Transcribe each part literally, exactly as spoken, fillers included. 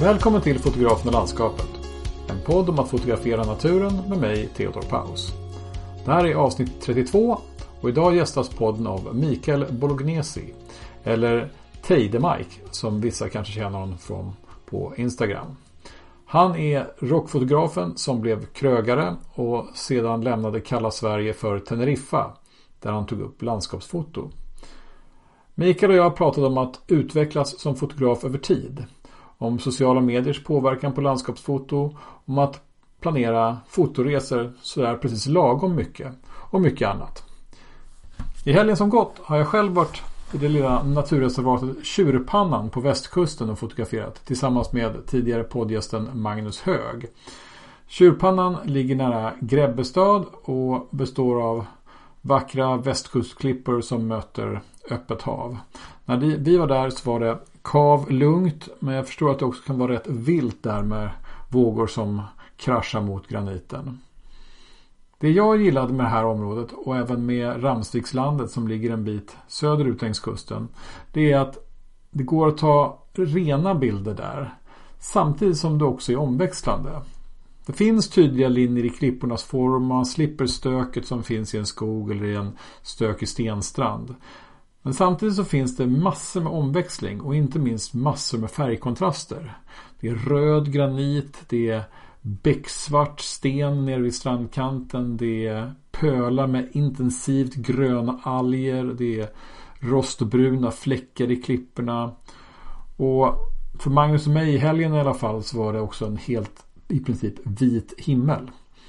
Välkommen till Fotografen och landskapet. En podd om att fotografera naturen med mig, Theodor Paus. Det här är avsnitt trettiotvå och idag gästas podden av Mikael Bolognesi, eller Teide Mike som vissa kanske känner honom från på Instagram. Han är rockfotografen som blev krögare och sedan lämnade kalla Sverige för Teneriffa där han tog upp landskapsfoto. Mikael och jag pratade om att utvecklas som fotograf över tid, om sociala mediers påverkan på landskapsfoto, om att planera fotoresor sådär precis lagom mycket och mycket annat. I helgen som gått har jag själv varit i det lilla naturreservatet Tjurpannan på västkusten och fotograferat tillsammans med tidigare poddgästen Magnus Hög. Tjurpannan ligger nära Grebbestad och består av vackra västkustklippor som möter öppet hav. När vi var där så var det kav lugnt, men jag förstår att det också kan vara rätt vilt där med vågor som kraschar mot graniten. Det jag gillade med det här området och även med Ramsvikslandet som ligger en bit söderut längs kusten, det är att det går att ta rena bilder där samtidigt som det också är omväxlande. Det finns tydliga linjer i klippornas form, man slipper stöket som finns i en skog eller i en stökig stenstrand. Men samtidigt så finns det massor med omväxling och inte minst massor med färgkontraster. Det är röd granit, det är becksvart sten nere vid strandkanten, det är pölar med intensivt gröna alger, det är rostbruna fläckar i klipporna. Och för Magnus och mig i helgen i alla fall så var det också en helt i princip vit himmel.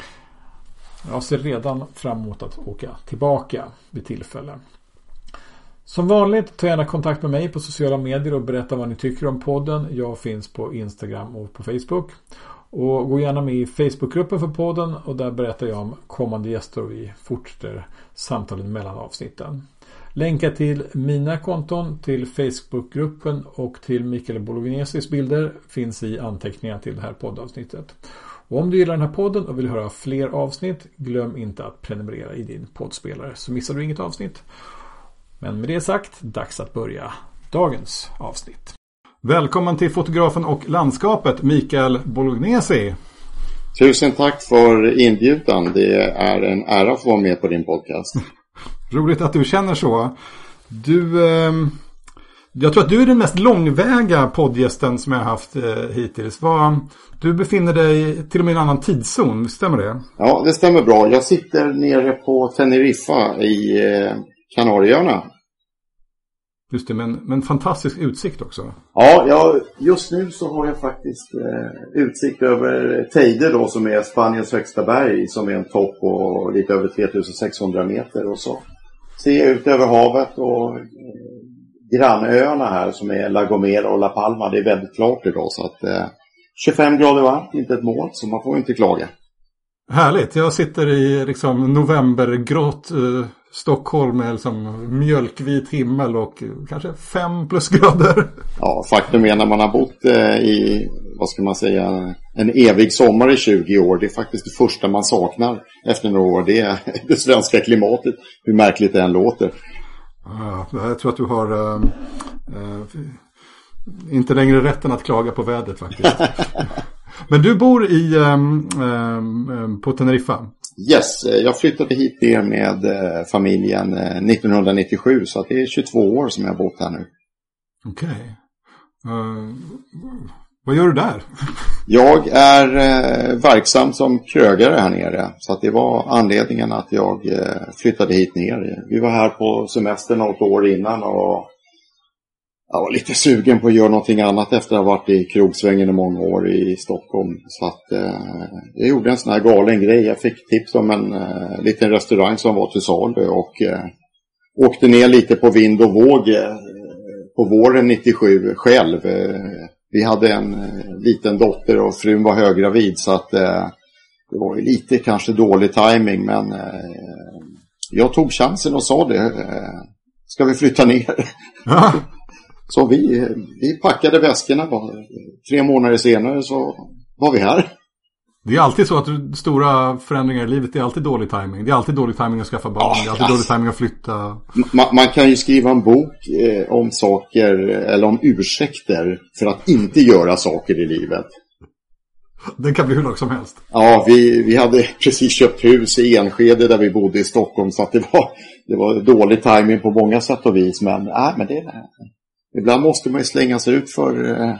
Jag ser redan fram emot att åka tillbaka vid tillfälle. Som vanligt, ta gärna kontakt med mig på sociala medier och berätta vad ni tycker om podden. Jag finns på Instagram och på Facebook. Och gå gärna med i Facebookgruppen för podden och där berättar jag om kommande gäster och vi fortsätter samtalen mellan avsnitten. Länkar till mina konton, till Facebookgruppen och till Mikael Bolognesis bilder finns i anteckningar till det här poddavsnittet. Och om du gillar den här podden och vill höra fler avsnitt, glöm inte att prenumerera i din poddspelare så missar du inget avsnitt. Men med det sagt, dags att börja dagens avsnitt. Välkommen till Fotografen och landskapet, Mikael Bolognesi. Tusen tack för inbjudan. Det är en ära att få vara med på din podcast. Roligt att du känner så. Du, eh, jag tror att du är den mest långväga poddgästen som jag har haft eh, hittills. Var, du befinner dig till och med i en annan tidszon, stämmer det? Ja, det stämmer bra. Jag sitter nere på Teneriffa i eh, Kanarieöarna. Just det, men, men fantastisk utsikt också. Ja, jag, just nu så har jag faktiskt eh, utsikt över Teide då, som är Spaniens högsta berg, som är en topp på lite över tre tusen sexhundra meter. Och så ser jag ut över havet och eh, grannöarna här som är La Gomera och La Palma. Det är väldigt klart idag så att eh, tjugofem grader varmt, inte ett mål, så man får inte klaga. Härligt, jag sitter i liksom novembergrått eh, Stockholm med liksom mjölkvit himmel och kanske fem plusgrader. Ja, faktum är när man har bott eh, i, vad ska man säga, en evig sommar i tjugo år. Det är faktiskt det första man saknar efter några år. Det är det svenska klimatet, hur märkligt det än låter. Ja, jag tror att du har äh, äh, inte längre rätten att klaga på vädret faktiskt. Men du bor i ähm, ähm, på Teneriffa? Yes, jag flyttade hit ner med äh, familjen äh, nittonhundranittiosju, så att det är tjugotvå år som jag har bott här nu. Okej. Okay. Uh, vad gör du där? Jag är äh, verksam som krögare här nere, så att det var anledningen att jag äh, flyttade hit ner. Vi var här på semester något år innan och jag var lite sugen på att göra någonting annat efter att ha varit i krogsvängen i många år i Stockholm. Så att eh, jag gjorde en sån här galen grej. Jag fick tips om en eh, liten restaurang som var till salu och eh, åkte ner lite på vind och våg eh, på våren nittiosju själv. Eh, vi hade en eh, liten dotter och frun var höggravid, så att eh, det var ju lite kanske dålig timing, men eh, jag tog chansen och sa det. Eh, ska vi flytta ner? Ja. Så vi, vi packade väskorna. Tre månader senare så var vi här. Det är alltid så att stora förändringar i livet, det är alltid dålig timing. Det är alltid dålig timing att skaffa barn, ja, det är alltid ja. dålig timing att flytta. Man, man kan ju skriva en bok eh, om saker, eller om ursäkter för att inte göra saker i livet. Den kan bli hur lång som helst. Ja, vi, vi hade precis köpt hus i Enskede där vi bodde i Stockholm, så att det var, det var dålig timing på många sätt och vis. Men, äh, men det är ibland måste man ju slänga sig ut för eh,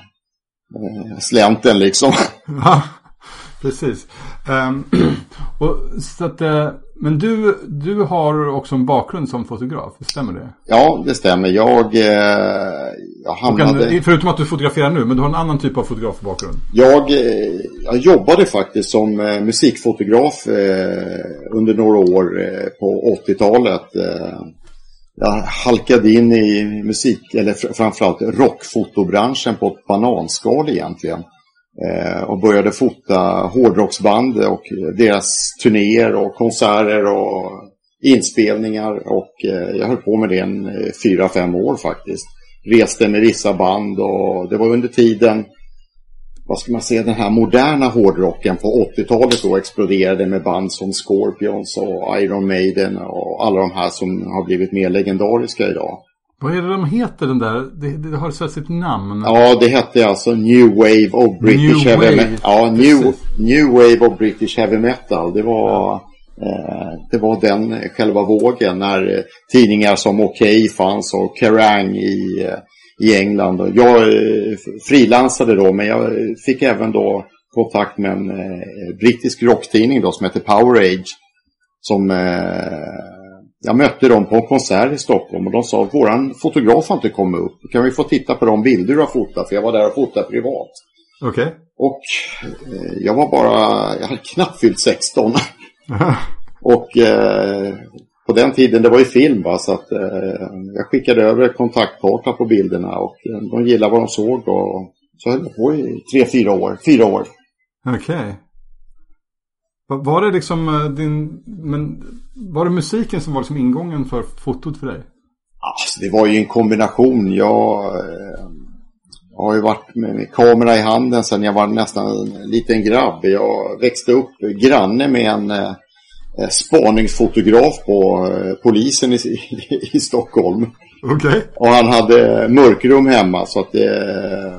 slänten liksom. Ja, precis. Um, och, så att, uh, men du, du har också en bakgrund som fotograf, stämmer det? Ja, det stämmer. Jag, eh, jag hamnade... Kan, förutom att du fotograferar nu, men du har en annan typ av fotografbakgrund. Jag, eh, jag jobbade faktiskt som eh, musikfotograf eh, under några år eh, på åttiotalet. Eh, jag halkade in i musik, eller fr- framförallt rockfotobranschen på ett bananskal egentligen. Eh, och började fota hårdrocksband och deras turnéer och konserter och inspelningar. Och eh, jag höll på med det en eh, fyra, fem år faktiskt. Reste med vissa band, och det var under tiden, vad ska man säga, den här moderna hårdrocken på åttiotalet då exploderade med band som Scorpions och Iron Maiden och alla de här som har blivit mer legendariska idag. Vad är det de heter, den där? Det, det har sett sitt namn. Ja, det hette alltså New Wave of British New Heavy Metal. Ja, New, New Wave of British Heavy Metal. Det var, eh, det var den själva vågen när tidningar som Okej fanns och Kerrang i, i England. Och jag eh, frilansade då, men jag fick även då kontakt med en eh, brittisk rocktidning då som heter Power Age, som... Eh, Jag mötte dem på en konsert i Stockholm och de sa att våran fotograf har inte kommit upp. Kan vi få titta på de bilder du har fotat? För jag var där och fotade privat. Okej. Okay. Och eh, jag var bara, jag hade knappt fyllt sexton. Och eh, på den tiden, det var ju film va, så att eh, jag skickade över kontaktkarta på bilderna och eh, de gillade vad de såg, och så höll jag på i tre, fyra år. Fyra år. Okej. Okay. Var det liksom din, men var det musiken som var liksom ingången för fotot för dig? Alltså, det var ju en kombination. Jag, eh, jag har ju varit med, med kamera i handen sedan jag var nästan en liten grabb. Jag växte upp granne med en eh, spaningsfotograf på eh, polisen i, i, i Stockholm. Okej. Okay. Och han hade mörkrum hemma, så att det eh,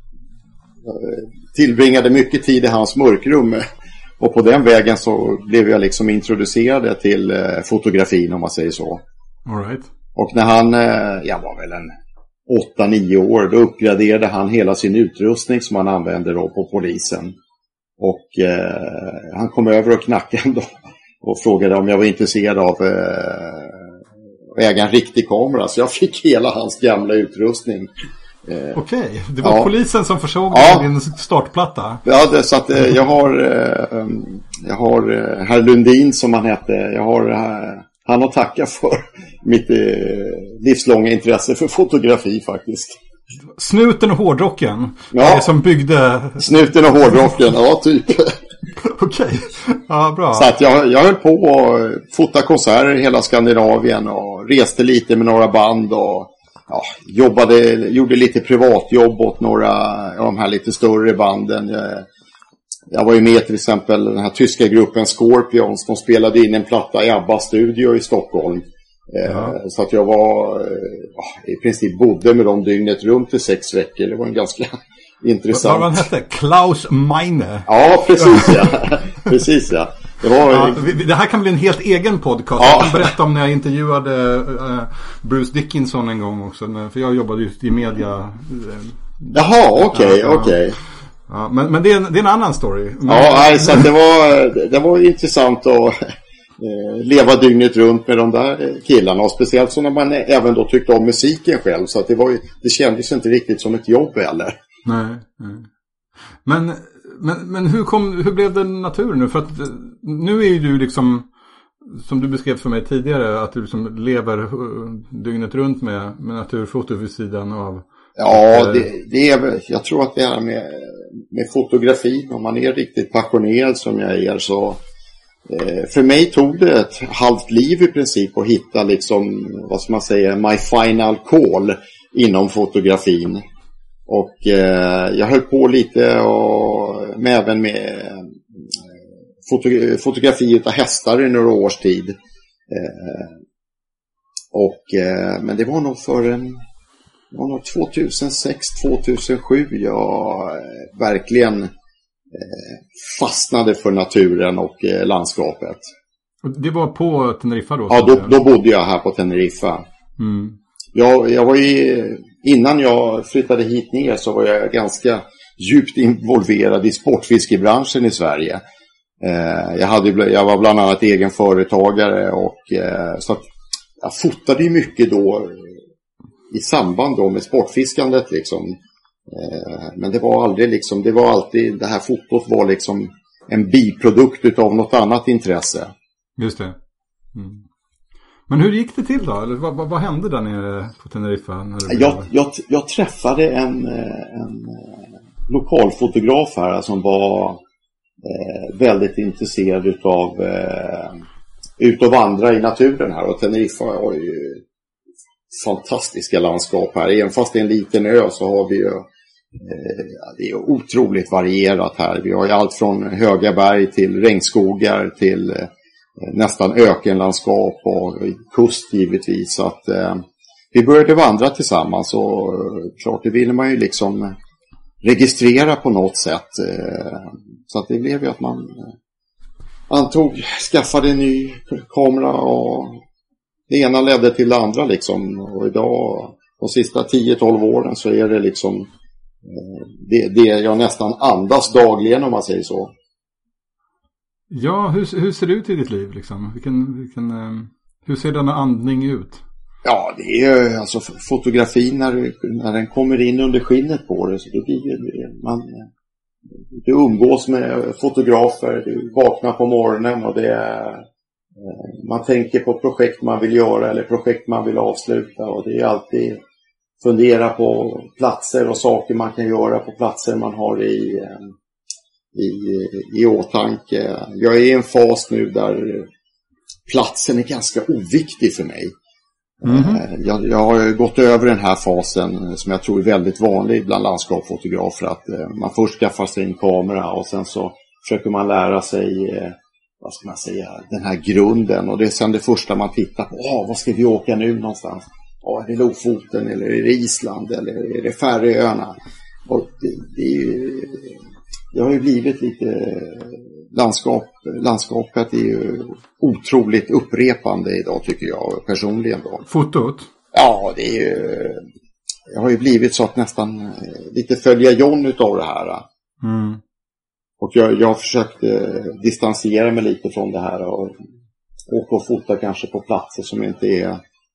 tillbringade mycket tid i hans mörkrum. Och på den vägen så blev jag liksom introducerad till eh, fotografin, om man säger så. All right. Och när han, eh, jag var väl en åtta nio år, då uppgraderade han hela sin utrustning som han använde då på polisen. Och eh, han kom över och knackade då och frågade om jag var intresserad av eh, att äga en riktig kamera. Så jag fick hela hans gamla utrustning. Eh, Okej, okay. Det var ja. polisen som försåg ja. din startplatta. Ja, det, så att eh, jag har eh, jag har eh, herr Lundin som han hette. Jag har eh, han att tacka för mitt eh, livslånga intresse för fotografi faktiskt. Snuten och hårdrocken. Ja. Det som byggde Snuten och hårdrocken, ja typ. Okej. Okay. Ja, bra. Så att jag jag höll på att fota konserter i hela Skandinavien och reste lite med några band och ja, jobbade, gjorde lite privatjobb åt några av de här lite större banden. Jag, jag var ju med till exempel den här tyska gruppen Scorpions. De spelade in en platta i ABBA-studio i Stockholm. Ja. Eh, så att jag var eh, i princip bodde med dem dygnet runt i sex veckor. Det var en ganska intressant. Vad han hette? Klaus Meine. Ja, precis ja. Precis ja. Det, var, ja, det här kan bli en helt egen podcast. Ja. Jag kan berätta om när jag intervjuade uh, Bruce Dickinson en gång också. För jag jobbade just i media. Uh, Jaha, okej, okay, ja, okej. Okay. Ja, men men det, är en, det är en annan story. Men... Ja, alltså, det, var, det var intressant att uh, leva dygnet runt med de där killarna. Och speciellt så när man även då tyckte om musiken själv. Så att det, var ju, det kändes inte riktigt som ett jobb heller. Nej, nej. Men... Men, men hur, kom, hur blev det natur nu? För att nu är ju du liksom, som du beskrev för mig tidigare, att du liksom lever dygnet runt med, med naturfoto vid sidan av. Ja, det, det är, jag tror att det här med, med fotografin, om man är riktigt passionerad som jag är, så eh, för mig tog det ett halvt liv i princip att hitta liksom, vad ska man säga, my final call inom fotografin. Och eh, jag höll på lite och med, även med foto- fotografi av hästar i några års tid. Eh, och, eh, men det var nog för en det var nog tjugohundrasex tjugohundrasju jag eh, verkligen eh, fastnade för naturen och eh, landskapet. Och det var på Teneriffa då? Ja, då, då bodde jag här på Teneriffa. Mm. Jag, jag var ju, innan jag flyttade hit ner så var jag ganska djupt involverad i sportfiskebranschen i Sverige. Eh, jag, hade, jag var bland annat egen företagare och eh, så att jag fotade ju mycket då i samband då med sportfiskandet liksom. Eh, men det var aldrig liksom, det var alltid, det här fotot var liksom en biprodukt utav något annat intresse. Just det. Mm. Men hur gick det till då? Eller vad, vad, vad hände där nere på Teneriffa? När det jag, jag, jag träffade en, en lokalfotograf här som var eh, väldigt intresserad utav eh, ut och vandra i naturen här. Och Teneriffa har ju fantastiska landskap här. Även fast det är en liten ö så har vi ju eh, det är otroligt varierat här. Vi har ju allt från höga berg till regnskogar till eh, nästan ökenlandskap och kust givetvis. Så att eh, vi började vandra tillsammans och eh, klart det ville man ju liksom registrera på något sätt. Eh, så att det blev ju att man eh, antog, skaffade en ny kamera och det ena ledde till det andra liksom. Och idag, de sista tio tolv åren så är det liksom eh, det, det jag nästan andas dagligen om man säger så. Ja, hur, hur ser det ut i ditt liv liksom? Vilken, vilken, eh, hur ser denna andning ut? Ja, det är ju alltså fotografin när, när den kommer in under skinnet på det så det blir man du umgås med fotografer, du vaknar på morgonen och det är man tänker på projekt man vill göra eller projekt man vill avsluta och det är alltid fundera på platser och saker man kan göra på platser man har i i, i åtanke. Jag är i en fas nu där platsen är ganska oviktig för mig. Mm-hmm. Jag, jag har gått över den här fasen som jag tror är väldigt vanlig bland landskapsfotografer att man först skaffar sig en kamera och sen så försöker man lära sig vad ska man säga, den här grunden och det är sen det första man tittar på. Åh, vad ska vi åka nu någonstans? Åh, är det Lofoten eller är det Island eller är det Färöarna? Och det, det är ju det har ju blivit lite landskap, landskapet är ju otroligt upprepande idag tycker jag personligen då. Fotot? Ja, det är ju det har ju blivit så att nästan lite följa John utav det här. Mm. Och jag, jag försökte distansera mig lite från det här och åka och fota kanske på platser som inte är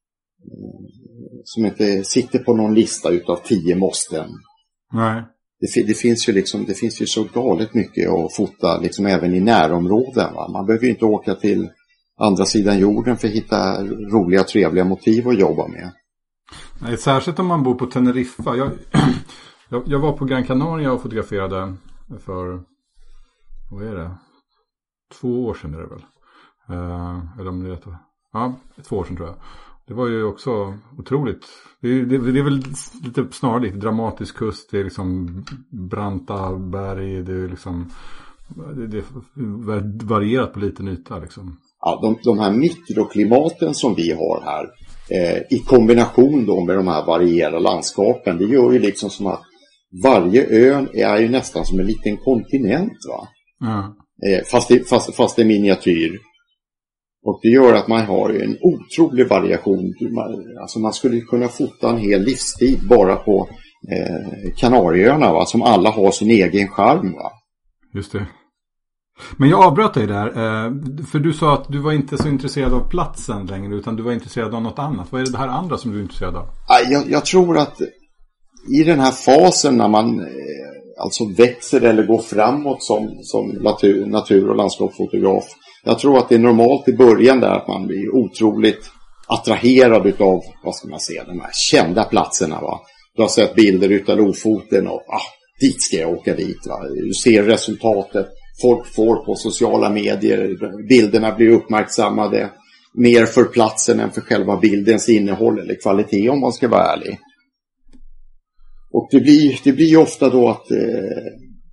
som inte sitter på någon lista utav tio måsten. Nej. Det, det finns ju liksom, det finns ju så galet mycket att fota liksom även i närområden. Va? Man behöver ju inte åka till andra sidan jorden för att hitta roliga, trevliga motiv att jobba med. Nej, särskilt om man bor på Teneriffa. Jag, jag, jag var på Gran Canaria och fotograferade för, vad är det? Två år sedan är det väl? Uh, eller om det är ett, ja, två år sedan tror jag. Det var ju också otroligt. Det är, det, det är väl lite snarlikt dramatisk kust. Det är liksom branta berg. Det är liksom det, det är varierat på liten yta liksom. Ja, de, de här mikroklimaten som vi har här eh, i kombination då med de här varierade landskapen. Det gör ju liksom som att varje ö är ju nästan som en liten kontinent va. Mm. Eh, fast, det, fast, fast det är miniatyr. Och det gör att man har en otrolig variation. Alltså man skulle kunna fota en hel livstid bara på eh, Kanarieöarna va? Som alla har sin egen charm va. Just det. Men jag avbröt dig där. Eh, för du sa att du var inte så intresserad av platsen längre utan du var intresserad av något annat. Vad är det här andra som du är intresserad av? Jag, jag tror att i den här fasen när man eh, alltså växer eller går framåt som, som natur, natur- och landskapsfotograf. Jag tror att det är normalt i början där att man blir otroligt attraherad utav, vad ska man säga, de här kända platserna va. Du har sett bilder utav Lofoten och ah, dit ska jag åka dit va. Du ser resultatet folk får på sociala medier, bilderna blir uppmärksammade mer för platsen än för själva bildens innehåll eller kvalitet om man ska vara ärlig. Och det blir, det blir ofta då att eh,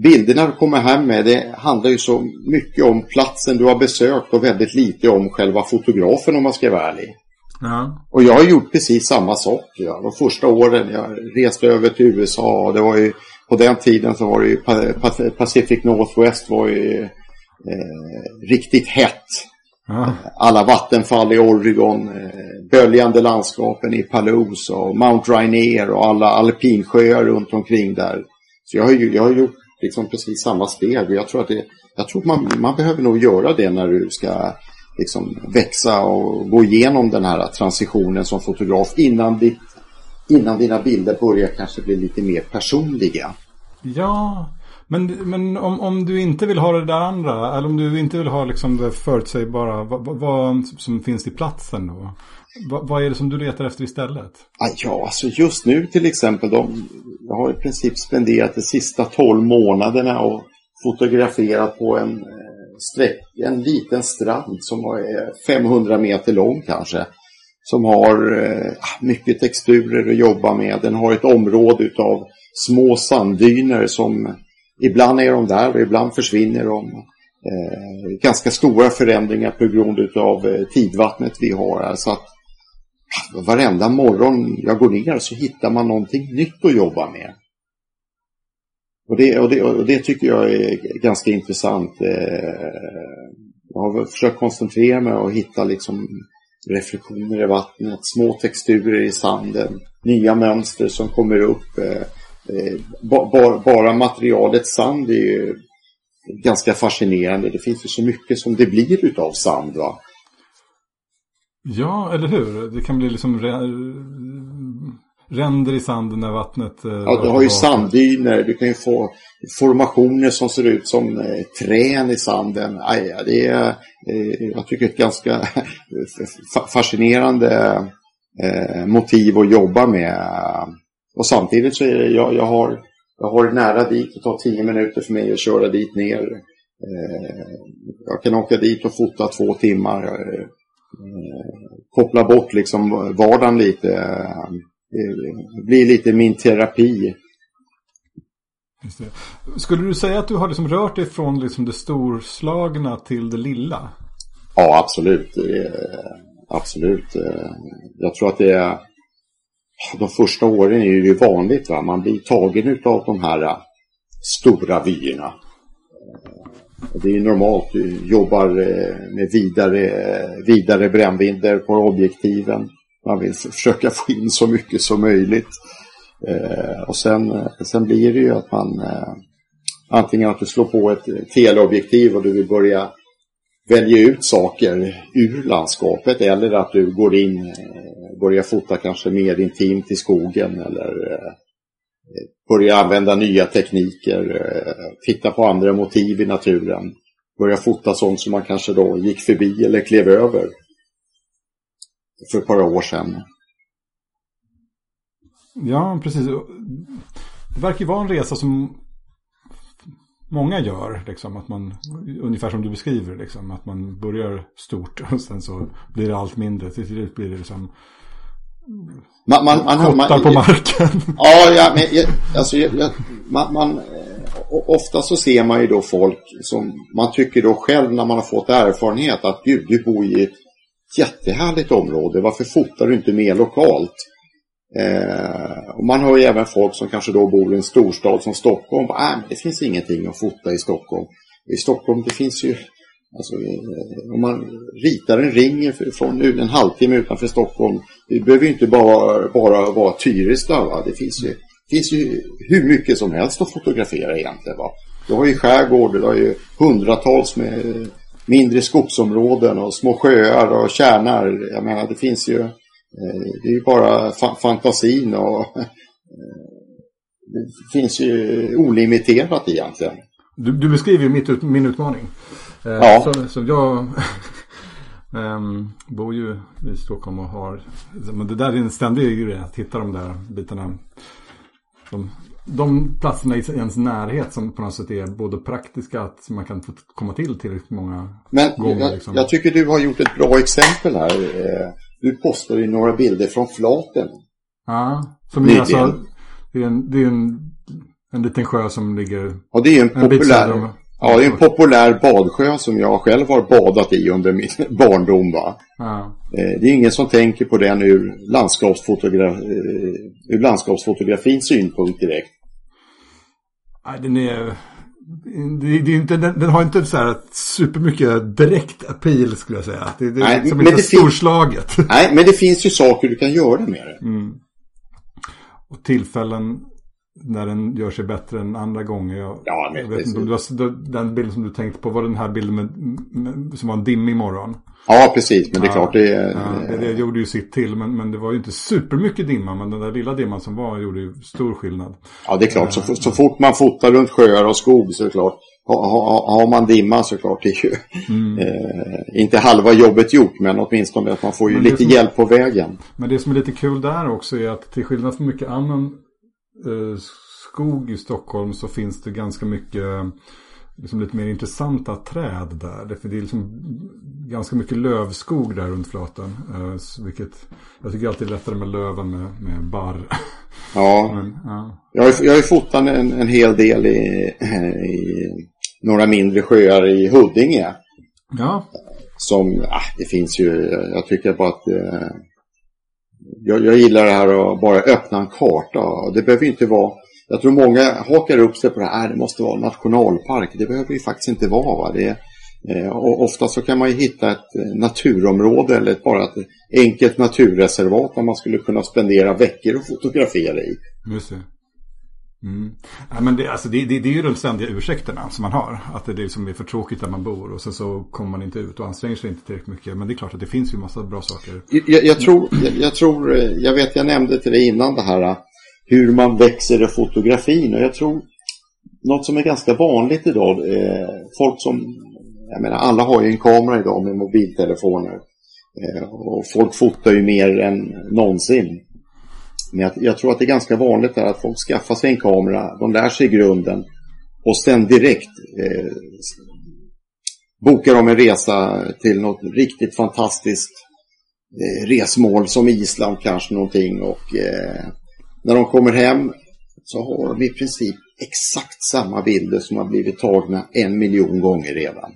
bilderna du kommer hem med, det handlar ju så mycket om platsen du har besökt och väldigt lite om själva fotografen, om man ska vara ärlig. Ja. Och jag har gjort precis samma sak. Ja. De första åren jag reste över till U S A, det var ju, på den tiden så var det ju Pacific Northwest var ju eh, riktigt hett. Ja. Alla vattenfall i Oregon, eh, böljande landskapen i Palouse och Mount Rainier och alla alpinsjöar runt omkring där. Så jag har ju jag har gjort liksom precis samma spel. Jag tror att det, jag tror man, man behöver nog göra det när du ska liksom växa och gå igenom den här transitionen som fotograf innan, ditt, innan dina bilder börjar kanske bli lite mer personliga. Ja, men, men om, om du inte vill ha det där andra, eller om du inte vill ha liksom det förutsägbara, vad, vad, vad som finns i platsen då? Vad, vad är det som du letar efter istället? Ja, alltså just nu till exempel, de, jag har i princip spenderat de sista tolv månaderna och fotograferat på en sträck, en liten strand som är femhundra meter lång kanske. Som har eh, mycket texturer att jobba med. Den har ett område utav små sanddyner som ibland är de där och ibland försvinner de. Eh, ganska stora förändringar på grund utav eh, tidvattnet vi har här. Så att varenda morgon jag går ner så hittar man någonting nytt att jobba med. Och det, och, det, och det tycker jag är ganska intressant. Jag har försökt koncentrera mig och hitta liksom reflektioner i vattnet, små texturer i sanden, nya mönster som kommer upp. Bara materialet sand är ju ganska fascinerande. Det finns ju så mycket som det blir utav sand, va? Ja, eller hur? Det kan bli liksom ränder i sanden när vattnet... Ja, du har ju sanddyner. Du kan ju få formationer som ser ut som eh, trän i sanden. Aj, det är, eh, jag tycker ett ganska fascinerande eh, motiv att jobba med. Och samtidigt så är det, jag, jag, har, jag har nära dit. Det tar tio minuter för mig att köra dit ner. Eh, jag kan åka dit och fota två timmar. Eh, koppla bort liksom vardagen lite. Eh, Det blir lite min terapi. Just det. Skulle du säga att du har liksom rört dig från liksom det storslagna till det lilla? Ja, absolut. Absolut. Jag tror att det är de första åren är ju vanligt, va? Man blir tagen av de här stora vyerna. Det är ju normalt. Du jobbar med vidare, vidare brännvidder på objektiven. Man vill försöka få in så mycket som möjligt. Eh, och sen, sen blir det ju att man eh, antingen att du slår på ett teleobjektiv och du vill börja välja ut saker ur landskapet, eller att du går in eh, börjar fota kanske mer intimt i skogen, eller eh, börja använda nya tekniker, eh, titta på andra motiv i naturen, börja fota sånt som man kanske då gick förbi eller klev över för ett par år sedan. Ja, precis. Det verkar ju vara en resa som många gör, liksom, att man, ungefär som du beskriver, liksom, att man börjar stort och sen så blir det allt mindre. Till slut blir det liksom man, man, man, kottar man, på marken. Ja, ja men jag, alltså, jag, man, man, ofta så ser man ju då folk som man tycker då själv när man har fått erfarenhet att gud, du bor i ett jättehärligt område, varför fotar du inte mer lokalt? Eh, och man har ju även folk som kanske då bor i en storstad som Stockholm. Äh, men det finns ingenting att fota i Stockholm. I Stockholm det finns ju alltså, eh, om man ritar en ring från en halvtimme utanför Stockholm, det behöver ju inte bara, bara vara Tyresta, va? Det finns ju, finns ju hur mycket som helst att fotografera egentligen, va? Du har ju skärgård, du har ju hundratals med mindre skogsområden och små sjöar och kärnar. Jag menar, det finns ju det är ju bara fa- fantasin och det finns ju olimiterat egentligen. Du, du beskriver ju mitt ut, min utmaning. Eh, ja. Så, så jag um, bor ju i Stockholm och har, men det där är en ständig grej att hitta de där bitarna. De, de platserna i ens närhet som på något sätt är både praktiska, att man kan få komma till tillräckligt många men gånger. Jag, liksom. jag tycker du har gjort ett bra exempel här. Du postar ju några bilder från Flaten. Ja, som är alltså, det är en, det är en En liten sjö som ligger... Ja, det är en, en populär... Om... Ja, det är en populär badsjö som jag själv har badat i under min barndom, va? Ja. Det är ingen som tänker på den ur, landskapsfotogra... ur landskapsfotografins synpunkt direkt. Nej, den är... Det, det är inte, den, den har inte så här supermycket direkt appeal, skulle jag säga. Det, det är Nej, liksom men inte det storslaget. Fin... Nej, men det finns ju saker du kan göra med det. Mm. Och tillfällen när den gör sig bättre än andra gånger. Jag, ja, men jag vet inte om det var den bilden som du tänkte på, var den här bilden med, med, som var en dimmig morgon. Ja, precis, men det är ja, klart det, ja, det, det gjorde ju sitt till, men, men det var ju inte supermycket dimma, men den där lilla dimman som var gjorde ju stor skillnad. Ja, det är klart, så, så fort man fotar runt sjöar och skog så är det klart, har, har, har man dimma så klart det är ju mm. eh, inte halva jobbet gjort, men åtminstone att man får ju lite som, hjälp på vägen. Men det som är lite kul där också är att till skillnad från mycket annan eh, skog i Stockholm så finns det ganska mycket liksom lite mer intressanta träd där. Därför det är liksom ganska mycket lövskog där runt Flaten. Eh, vilket jag tycker alltid är lättare med löven med, med barr. Ja, Men, ja. Jag, har, jag har ju fotat en, en hel del i, i några mindre sjöar i Huddinge. Ja. Som, ah, det finns ju, jag tycker bara att eh, jag, jag gillar det här att bara öppna en karta. Det behöver inte vara, jag tror många hakar upp sig på det här, det måste vara nationalpark. Det behöver ju faktiskt inte vara, va? Det är, eh, och ofta så kan man ju hitta ett naturområde eller ett, bara ett enkelt naturreservat där man skulle kunna spendera veckor och fotografera i. Just det. Mm. Ja, men det, alltså det, det, det är ju de ständiga ursäkterna som man har. Att det är, liksom är för tråkigt där man bor och sen så kommer man inte ut och anstränger sig inte tillräckligt mycket. Men det är klart att det finns ju massa bra saker. Jag, jag, tror, jag, jag tror, jag vet jag nämnde till dig innan det här hur man växer i fotografin, och jag tror något som är ganska vanligt idag, eh, folk som, jag menar alla har ju en kamera idag med mobiltelefoner eh, och folk fotar ju mer än någonsin. Men jag, jag tror att det är ganska vanligt där att folk skaffar sig en kamera, de lär sig grunden och sen direkt eh, bokar de en resa till något riktigt fantastiskt eh, resmål som Island kanske någonting, och eh, när de kommer hem så har de i princip exakt samma bilder som har blivit tagna en miljon gånger redan.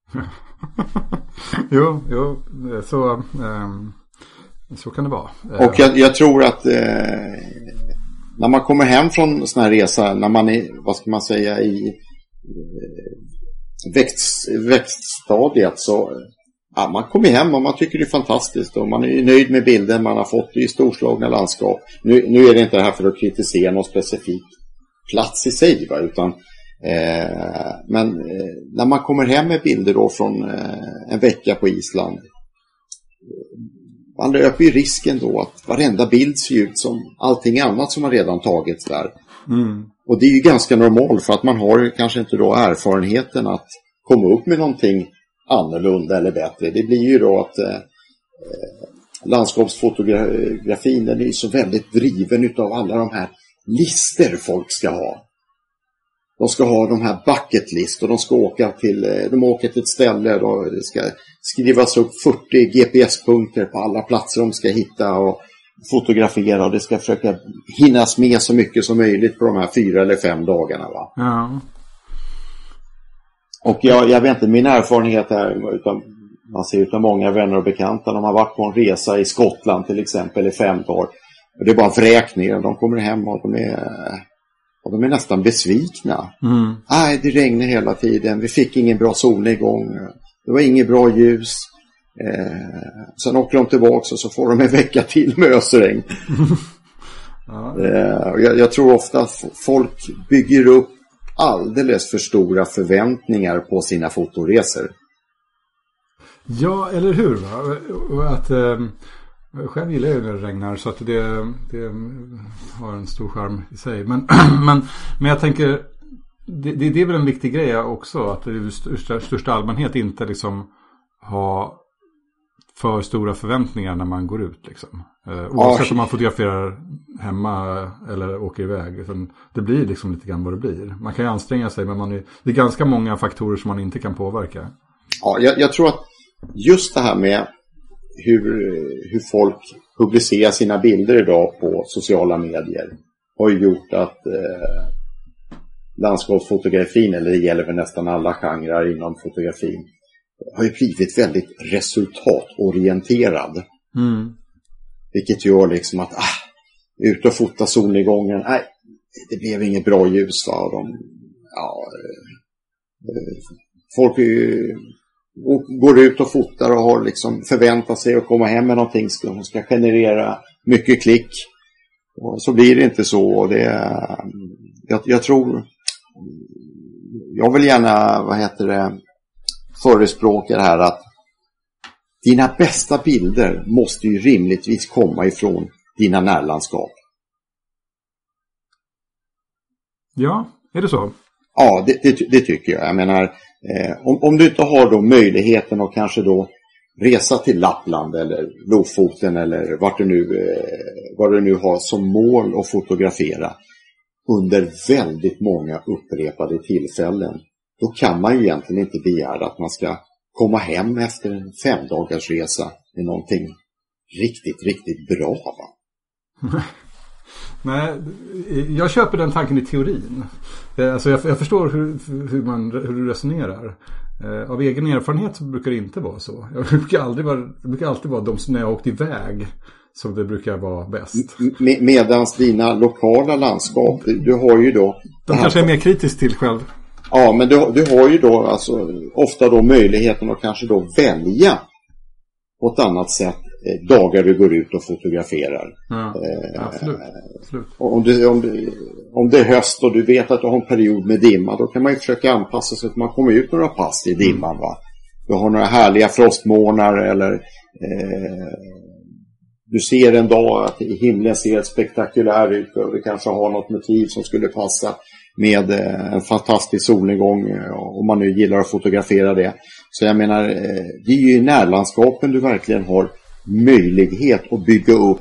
jo, jo, så... Um... Så kan det vara. Och jag, jag tror att eh, när man kommer hem från sån här resa, när man är, vad ska man säga, i eh, växt, växtstadiet, så ja, man kommer hem och man tycker det är fantastiskt och man är nöjd med bilden man har fått i storslagna landskap. Nu, nu är det inte det här för att kritisera någon specifik plats i sig, va, utan eh, men eh, när man kommer hem med bilder då från eh, en vecka på Island, man löper ju risken då att varenda bild ser ut som allting annat som har redan tagits där. Mm. Och det är ju ganska normalt, för att man har kanske inte då erfarenheten att komma upp med någonting annorlunda eller bättre. Det blir ju då att eh, landskapsfotografin, den är ju så väldigt driven utav alla de här lister folk ska ha. De ska ha de här bucket list och de ska åka till, de åker till ett ställe och det ska skrivas upp fyrtio G P S-punkter på alla platser de ska hitta och fotografera, och det ska försöka hinnas med så mycket som möjligt på de här fyra eller fem dagarna, va? Ja. Och jag, jag vet inte, min erfarenhet här, utan man ser utan många vänner och bekanta, de har varit på en resa i Skottland till exempel i fem dagar, och det är bara vräkningar, de kommer hem och de är... Och de är nästan besvikna. Mm. Nej, det regnar hela tiden. Vi fick ingen bra solnedgång. Det var inget bra ljus. Eh, sen åker de tillbaka och så får de en vecka till med ösregn. ja. eh, jag, jag tror ofta att folk bygger upp alldeles för stora förväntningar på sina fotoresor. Ja, eller hur? Va? Att... Eh... Själv gillar jag när det regnar, så att det, det har en stor charm i sig. Men, men, men jag tänker, det, det är väl en viktig grej också, att det i största, största allmänhet inte liksom ha för stora förväntningar när man går ut. Liksom. Oavsett om man fotograferar hemma eller åker iväg. Det blir liksom lite grann vad det blir. Man kan ju anstränga sig, men man är, det är ganska många faktorer som man inte kan påverka. Ja, jag, jag tror att just det här med Hur, hur folk publicerar sina bilder idag på sociala medier har ju gjort att eh, landskapsfotografin, eller det gäller väl nästan alla genrer inom fotografin, har ju blivit väldigt resultatorienterad. Mm. Vilket gör liksom att ah, ut och fota solnedgången, nej, det blev inget bra ljus, va? De, ja, folk är ju, går ut och fotar och har liksom förväntat sig att komma hem med någonting som ska generera mycket klick. Och så blir det inte så. Och det, jag, jag tror, jag vill gärna, vad heter det, förespråka det här att dina bästa bilder måste ju rimligtvis komma ifrån dina närlandskap. Ja, är det så? Ja, det, det, det tycker jag. Jag menar, eh, om, om du inte har då möjligheten att kanske då resa till Lappland eller Lofoten eller vart du nu, eh, vad du nu har som mål att fotografera under väldigt många upprepade tillfällen, då kan man ju egentligen inte begära att man ska komma hem efter en fem dagars resa med någonting riktigt, riktigt bra, va? Nej, jag köper den tanken i teorin. Alltså jag, jag förstår hur, hur, man, hur du resonerar. Eh, av egen erfarenhet så brukar det inte vara så. Jag brukar, aldrig vara, det brukar alltid vara de som när jag åkt iväg som det brukar vara bäst. Med, medans dina lokala landskap, du, du har ju då... De kanske är mer kritiskt till själv. Ja, men du, du har ju då alltså ofta då möjligheten att kanske då välja på ett annat sätt eh, dagar du går ut och fotograferar. Ja, eh, absolut. absolut. Om, du, om, du, om det är höst och du vet att du har en period med dimma, då kan man ju försöka anpassa sig att man kommer ut några pass i dimman, va? Du har några härliga frostmånar eller eh, du ser en dag att himlen ser spektakulär ut och du kanske har något motiv som skulle passa med en fantastisk solnedgång, om man nu gillar att fotografera det. Så jag menar, det är ju i närlandskapen du verkligen har möjlighet att bygga upp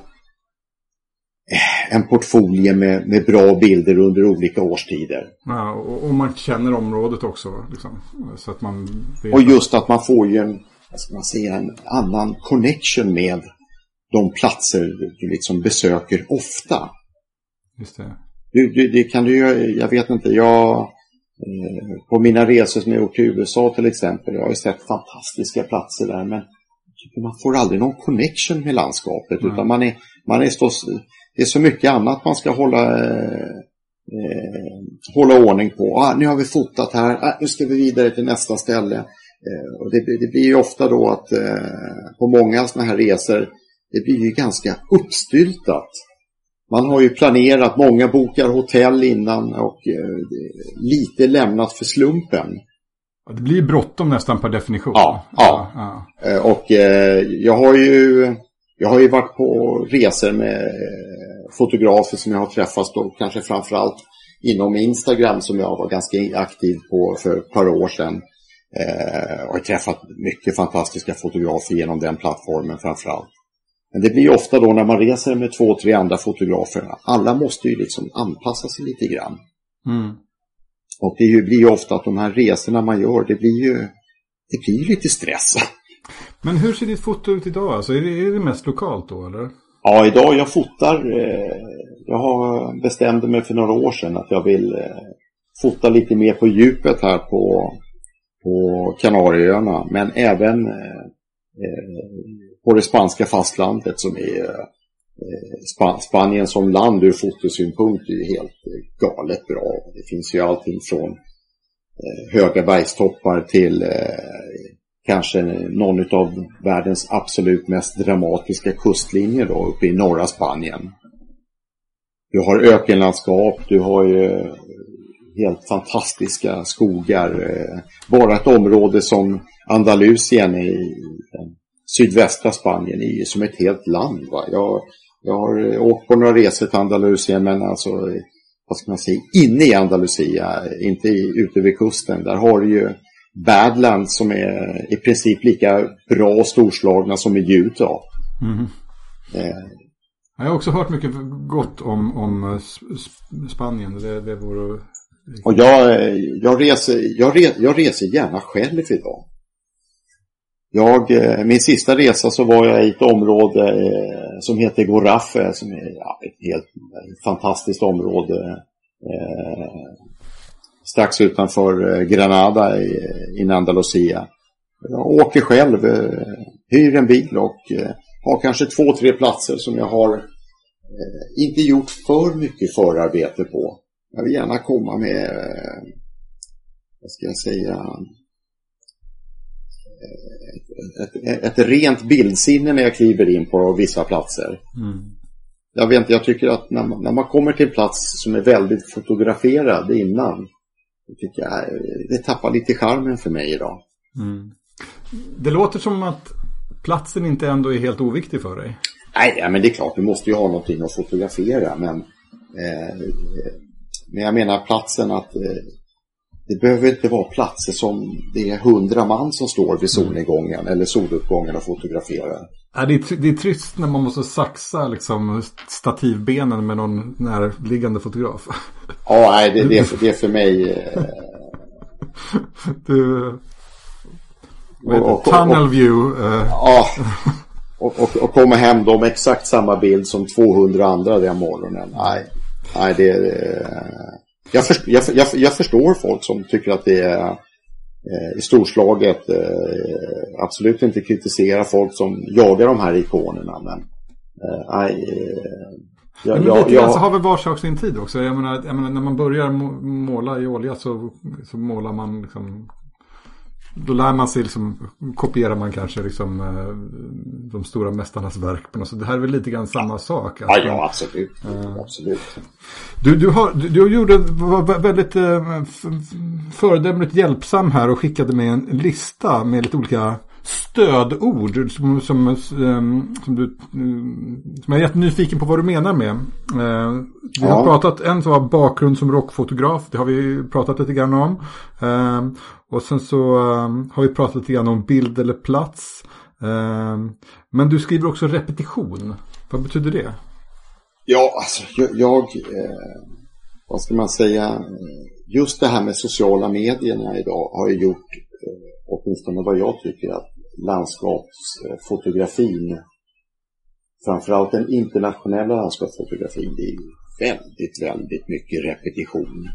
en portfolio med, med bra bilder under olika årstider. Ja, och, och man känner området också liksom, så att man vet. Och just att man får ju en, vad ska man säga, en annan connection med de platser du liksom besöker ofta. Just det. Du, du, det kan du ju, jag vet inte, jag eh, på mina resor som jag gjort till U S A till exempel, jag har ju sett fantastiska platser där, men man får aldrig någon connection med landskapet. Mm. Utan man är, man är stå, det är så mycket annat man ska hålla eh, hålla ordning på. Ah, nu har vi fotat här, ah, nu ska vi vidare till nästa ställe. Eh, och det, det blir ju ofta då att eh, på många såna här resor, det blir ju ganska uppstyltat. Man har ju planerat, många bokar hotell innan och eh, lite lämnat för slumpen. Det blir bråttom nästan per definition. Ja, ja. ja. ja. Och eh, jag har ju jag har ju varit på resor med fotografer som jag har träffat då, kanske framförallt inom Instagram som jag var ganska aktiv på för ett par år sedan. Eh, och har träffat mycket fantastiska fotografer genom den plattformen framförallt. Men det blir ju ofta då när man reser med två, tre andra fotografer. Alla måste ju liksom anpassa sig lite grann. Mm. Och det blir ju ofta att de här resorna man gör, det blir ju det blir lite stress. Men hur ser ditt foto ut idag? Alltså, är, det, är det mest lokalt då, eller? Ja, idag jag fotar. Eh, jag har bestämde mig för några år sedan att jag vill eh, fota lite mer på djupet här på, på Kanarieöarna. Men även eh, på det spanska fastlandet som är eh, Sp- Spanien som land ur fotosynpunkt är ju helt galet bra. Det finns ju allting från eh, höga bergstoppar till eh, kanske någon av världens absolut mest dramatiska kustlinjer då uppe i norra Spanien. Du har ökenlandskap, du har ju helt fantastiska skogar. Bara ett område som Andalusien i sydvästra Spanien är ju som ett helt land, va? Jag, jag har åkt på några resor till Andalusien, men alltså, vad ska man säga, inne i Andalusia, inte i, ute vid kusten. Där har du ju Badlands som är i princip lika bra och storslagna som i Utah. Mm. Eh. Jag har också hört mycket gott om, om Spanien. Det, det vore... Och jag, jag, reser, jag, re, jag reser gärna själv idag. Jag, min sista resa så var jag i ett område eh, som heter Gorafe, som är ja, ett helt fantastiskt område. Eh, strax utanför Granada i, i Andalusia. Jag åker själv, hyr en bil och har kanske två, tre platser som jag har inte gjort för mycket förarbete på. Jag vill gärna komma med, vad ska jag säga, ett, ett, ett rent bildsinne när jag kliver in på vissa platser. Mm. Jag vet inte, jag tycker att när man, när man kommer till en plats som är väldigt fotograferad innan, tycker jag, det tappar lite charmen för mig idag. Mm. Det låter som att platsen inte ändå är helt oviktig för dig. Nej, men det är klart, vi måste ju ha någonting att fotografera, men eh, men jag menar platsen att eh, det behöver inte vara platser som det är hundra man som står vid solnedgången mm. eller soluppgången och fotograferar. Ja, det, är, det är trist när man måste saxa liksom, stativbenen med någon närliggande fotograf. Ja, nej, det, det, är, det är för mig... Eh... du... Och, och, tunnel och, view. Eh. Ja, och, och, och komma hem då med exakt samma bild som tvåhundra andra den morgonen. Nej, nej det är... Jag, först, jag, jag, jag förstår folk som tycker att det är eh, i storslaget. Eh, absolut inte kritisera folk som jagar de här ikonerna, men nej. Eh, jag, men lite grann så har vi var sak sin tid också. Jag menar, jag menar, när man börjar måla i olja så, så målar man liksom, då lär man sig liksom, kopierar man kanske liksom de stora mästarnas verk. Men så det här är väl lite grann samma sak. Ja, ja, absolut. Äh, absolut. Du, du, har, du, du gjorde, var väldigt eh, föredömligt hjälpsam här och skickade med en lista med lite olika stödord som, som, som, du, som jag är jättenyfiken på vad du menar med. Eh, vi har ja. pratat, en som var bakgrund som rockfotograf, det har vi pratat lite grann om. Eh, och sen så eh, har vi pratat lite grann om bild eller plats. Eh, men du skriver också repetition. Vad betyder det? Ja, alltså jag, jag eh, vad ska man säga, just det här med sociala medierna idag har ju gjort, eh, åtminstone vad jag tycker, att landskapsfotografin, framförallt den internationella landskapsfotografin, det är väldigt, väldigt mycket repetition.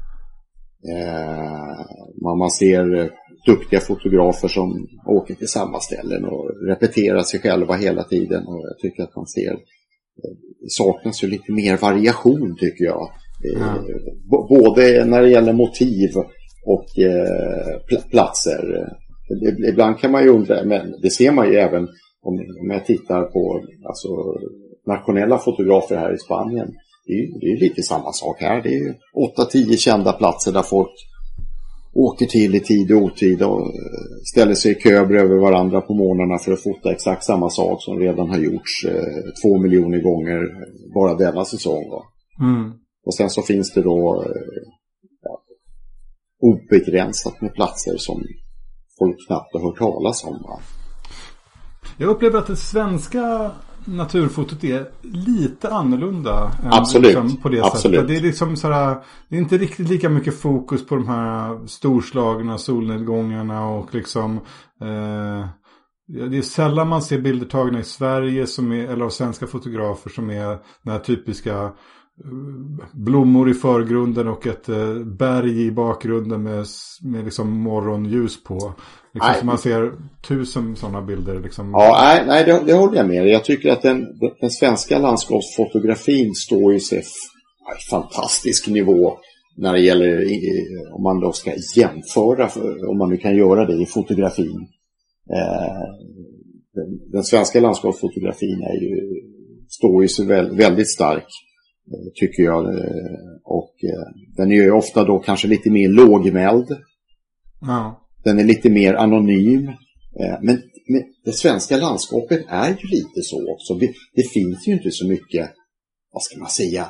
Eh, man, man ser duktiga fotografer som åker till samma ställen och repeterar sig själva hela tiden, och jag tycker att man ser det saknas ju lite mer variation, tycker jag. Ja. B- både när det gäller motiv och eh, pl- platser. Ibland kan man ju undra, men det ser man ju även om, om jag tittar på alltså, nationella fotografer här i Spanien. Det är, det är lite samma sak här. Det är åtta tio kända platser där folk åker till i tid och otid och ställer sig i kö bredvid varandra på morgnarna för att fota exakt samma sak som redan har gjorts eh, två miljoner gånger bara denna säsong. Va? Mm. Och sen så finns det då eh, ja, obegränsat med platser som folk knappt har hört talas om. Va? Jag upplever att det svenska naturfotot är lite annorlunda än absolut, liksom på det absolut. sättet. Det är liksom sådär, det är inte riktigt lika mycket fokus på de här storslagna solnedgångarna och liksom eh, det är sällan man ser bilder tagna i Sverige som är, eller av svenska fotografer som är den här typiska blommor i förgrunden och ett eh, berg i bakgrunden med, med liksom morgonljus på. Liksom som man ser tusen sådana bilder. Liksom. Ja, nej, nej det, det håller jag med. Jag tycker att den, den svenska landskapsfotografin står i sig f- fantastisk nivå när det gäller, om man då ska jämföra, om man nu kan göra det i fotografin. Eh, den, den svenska landskapsfotografin är ju, står ju så väl, väldigt stark, tycker jag, och den är ju ofta då kanske lite mer lågmäld. Ja. Den är lite mer anonym, men, men det svenska landskapet är ju lite så också. Det finns ju inte så mycket, vad ska man säga,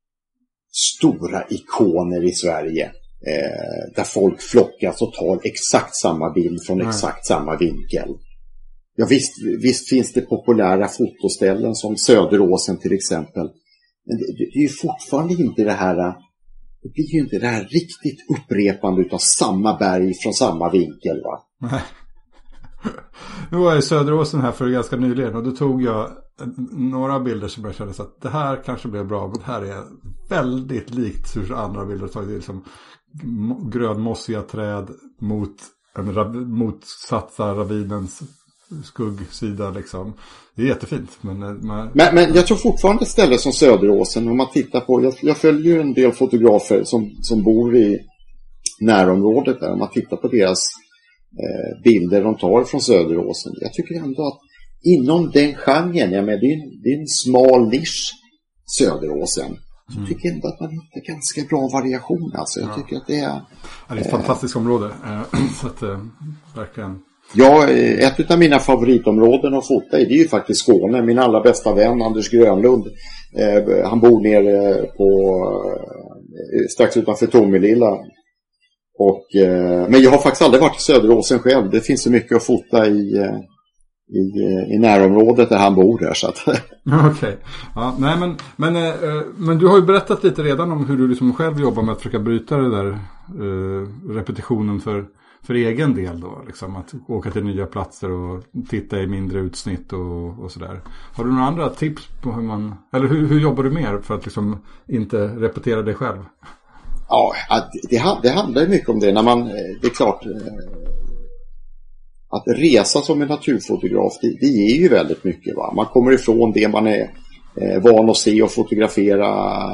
stora ikoner i Sverige där folk flockas och tar exakt samma bild från Nej. exakt samma vinkel. Ja, visst, visst finns det populära fotoställen som Söderåsen till exempel. Men det, det är ju fortfarande inte det här, det blir ju inte det här riktigt upprepande av samma berg från samma vinkel, va? Nu var jag i Söderåsen här för ganska nyligen och då tog jag några bilder som jag kände så att det här kanske blev bra, men det här är väldigt likt hur andra bilder tagit till, som grönmossiga träd mot en rav- motsatsa ravinens skuggsida liksom. Det är jättefint. Men, man... men, men jag tror fortfarande ställen som Söderåsen, om man tittar på, jag, jag följer ju en del fotografer som, som bor i närområdet där, om man tittar på deras eh, bilder de tar från Söderåsen. Jag tycker ändå att inom den genren, ja, men det, är en, det är en smal nisch, Söderåsen. Jag mm. tycker ändå att man hittar ganska bra variation. Alltså. Jag ja. tycker att det är... Ja, det är ett eh, fantastiskt område. Så att, eh, verkligen... Ja, ett av mina favoritområden att fota i, det är ju faktiskt Skåne. Min allra bästa vän, Anders Grönlund, eh, han bor nere på eh, strax utanför Tomelilla. Och, eh, men jag har faktiskt aldrig varit i Söderåsen själv. Det finns så mycket att fota i, eh, i, i närområdet där han bor där. Okej. Okay. Ja, nej, men, men, eh, men du har ju berättat lite redan om hur du liksom själv jobbar med att försöka bryta det där eh, repetitionen för, för egen del då. Liksom, att åka till nya platser och titta i mindre utsnitt och, och sådär. Har du några andra tips på hur man, eller hur, hur jobbar du mer för att liksom inte repetera dig själv? Ja, det, det handlar ju mycket om det. När man, det är klart, att resa som en naturfotograf, det, det ger ju väldigt mycket. Va? Man kommer ifrån det man är eh, van att se och fotografera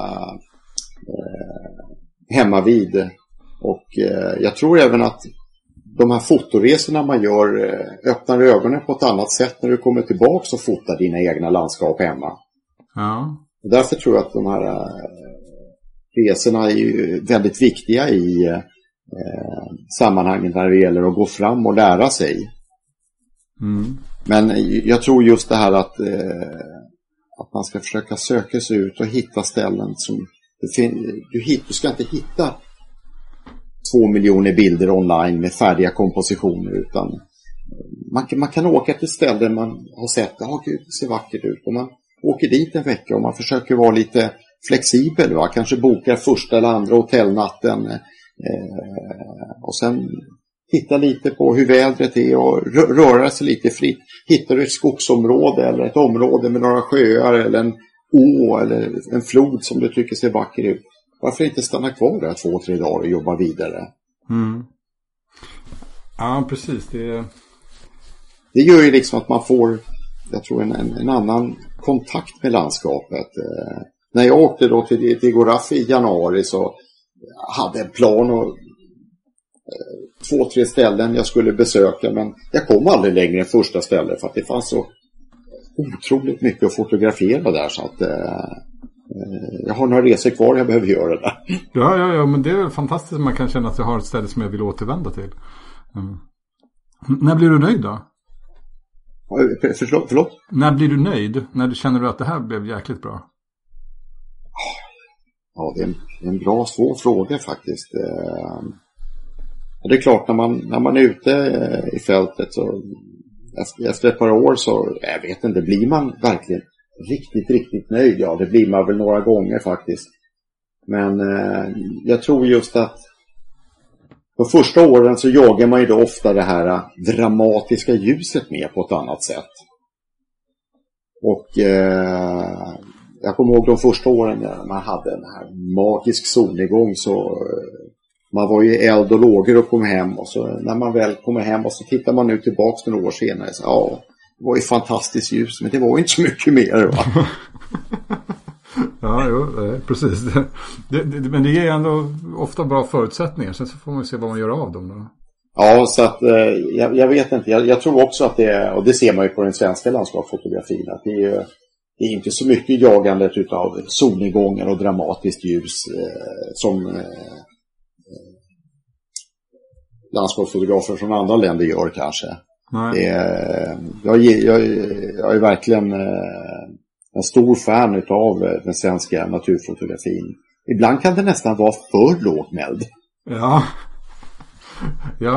eh, hemma vid. Och eh, jag tror även att de här fotoresorna man gör eh, öppnar ögonen på ett annat sätt när du kommer tillbaka och fotar dina egna landskap hemma. Ja. Och därför tror jag att de här eh, resorna är ju väldigt viktiga i eh, sammanhangen där det gäller att gå fram och lära sig. Mm. Men jag tror just det här att, eh, att man ska försöka söka sig ut och hitta ställen som du, hit, du ska inte hitta två miljoner bilder online med färdiga kompositioner, utan man, man kan åka till ställen man har sett, ja gud, det ser vackert ut, och man åker dit en vecka och man försöker vara lite flexibel, va? Kanske bokar första eller andra hotellnatten eh, och sen titta lite på hur vädret är och röra sig lite fritt. Hittar du ett skogsområde eller ett område med några sjöar eller en å eller en flod som du tycker ser vacker ut, varför inte stanna kvar där två, tre dagar och jobba vidare? Mm. Ja, precis. Det... det gör ju liksom att man får, jag tror, en, en, en annan kontakt med landskapet. Eh, när jag åkte då till, till Gorafi i januari så hade en plan och eh, två, tre ställen jag skulle besöka, men jag kom aldrig längre än första stället för att det fanns så otroligt mycket att fotografera där, så att eh, jag har några resor kvar jag behöver göra där. Ja, ja, ja, men det är väl fantastiskt. Man kan känna att jag har ett ställe som jag vill återvända till. Mm. När blir du nöjd då? Förlåt, förlåt? När blir du nöjd? När du känner att det här blev jäkligt bra? Ja, det är en, en bra, svår fråga faktiskt. Det är klart, när man, när man är ute i fältet så efter, efter ett par år så, jag vet inte, blir man verkligen riktigt, riktigt nöjd? Ja, det blir man väl några gånger faktiskt. Men eh, jag tror just att på första åren så jagar man ju då ofta det här dramatiska ljuset med på ett annat sätt. Och eh, jag kommer ihåg de första åren när man hade en här magisk solnedgång, så eh, man var ju eld och lågor och kom hem, och så när man väl kommer hem och så tittar man nu tillbaka några år senare, så ja, det var ju fantastiskt ljus, men det var inte så mycket mer, va? Ja, jo, precis. Det, det, men det ger ändå ofta bra förutsättningar. Sen så får man se vad man gör av dem då. Ja, så att eh, jag, jag vet inte. Jag, jag tror också att det är, och det ser man ju på den svenska landskapsfotografin, att det är, det är inte så mycket jagandet utav solnedgångar och dramatiskt ljus eh, som eh, landskapsfotografer från andra länder gör kanske. Nej. Det är, jag, jag, jag är verkligen eh, en stor fan utav den svenska naturfotografin. Ibland kan det nästan vara för lågmäld. Ja. Ja.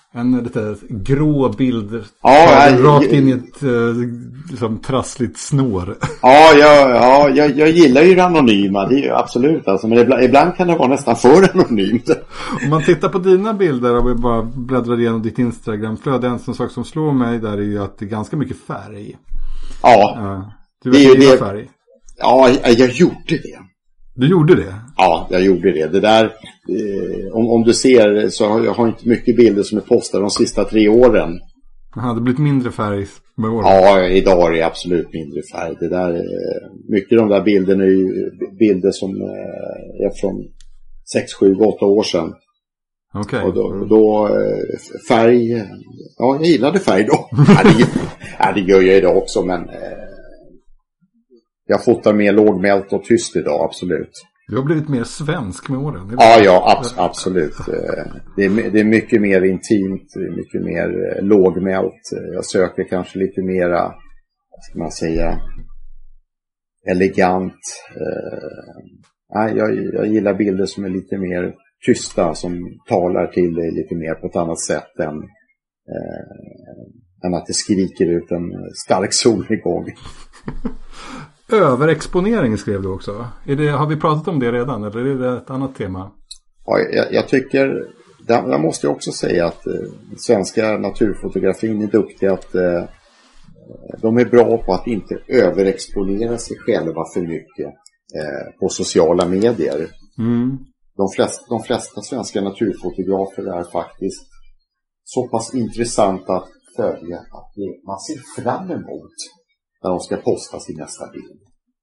En lite grå bild. Ja, jag, rakt in i ett liksom, trassligt snår. Ja, jag, ja jag, jag gillar ju det anonyma. Det är ju absolut. Alltså, men ibland, ibland kan det vara nästan för anonymt. Om man tittar på dina bilder och vi bara bläddrar igenom ditt Instagram-flöde. En sån sak som slår mig där är ju att det är ganska mycket färg. Ja. Uh, du vet gilla färg. Ja, jag, jag gjorde det. Du gjorde det? Ja, jag gjorde det. Det där, eh, om, om du ser så har jag har inte mycket bilder som är postade de sista tre åren. Aha, det blivit mindre färg med åren? Ja, idag är det absolut mindre färg. Det där, eh, mycket av de där bilderna är ju bilder som eh, är från sex, sju, åtta år sedan. Okej. Okay. Och då, då eh, färg, ja, jag gillade färg då. ja, det, ja, det gör jag idag också, men eh, jag fotar mer lågmält och tyst idag, absolut. Du har blivit mer svensk med åren. Ja, ja, ab- absolut. Det är, det är mycket mer intimt, det är mycket mer lågmält. Jag söker kanske lite mera, vad ska man säga, elegant. Nej, jag, jag gillar bilder som är lite mer tysta, som talar till dig lite mer på ett annat sätt än, eh, än att det skriker ut en stark solnedgång. Överexponering skrev du också. Är det, har vi pratat om det redan eller är det ett annat tema? Ja, jag, jag tycker, där, där måste jag också säga att eh, svenska naturfotografin är duktiga att eh, de är bra på att inte överexponera sig själva för mycket eh, på sociala medier. Mm. De, flest, de flesta svenska naturfotografer är faktiskt så pass intressanta att följa att man ser fram emot när de ska posta sin nästa bild.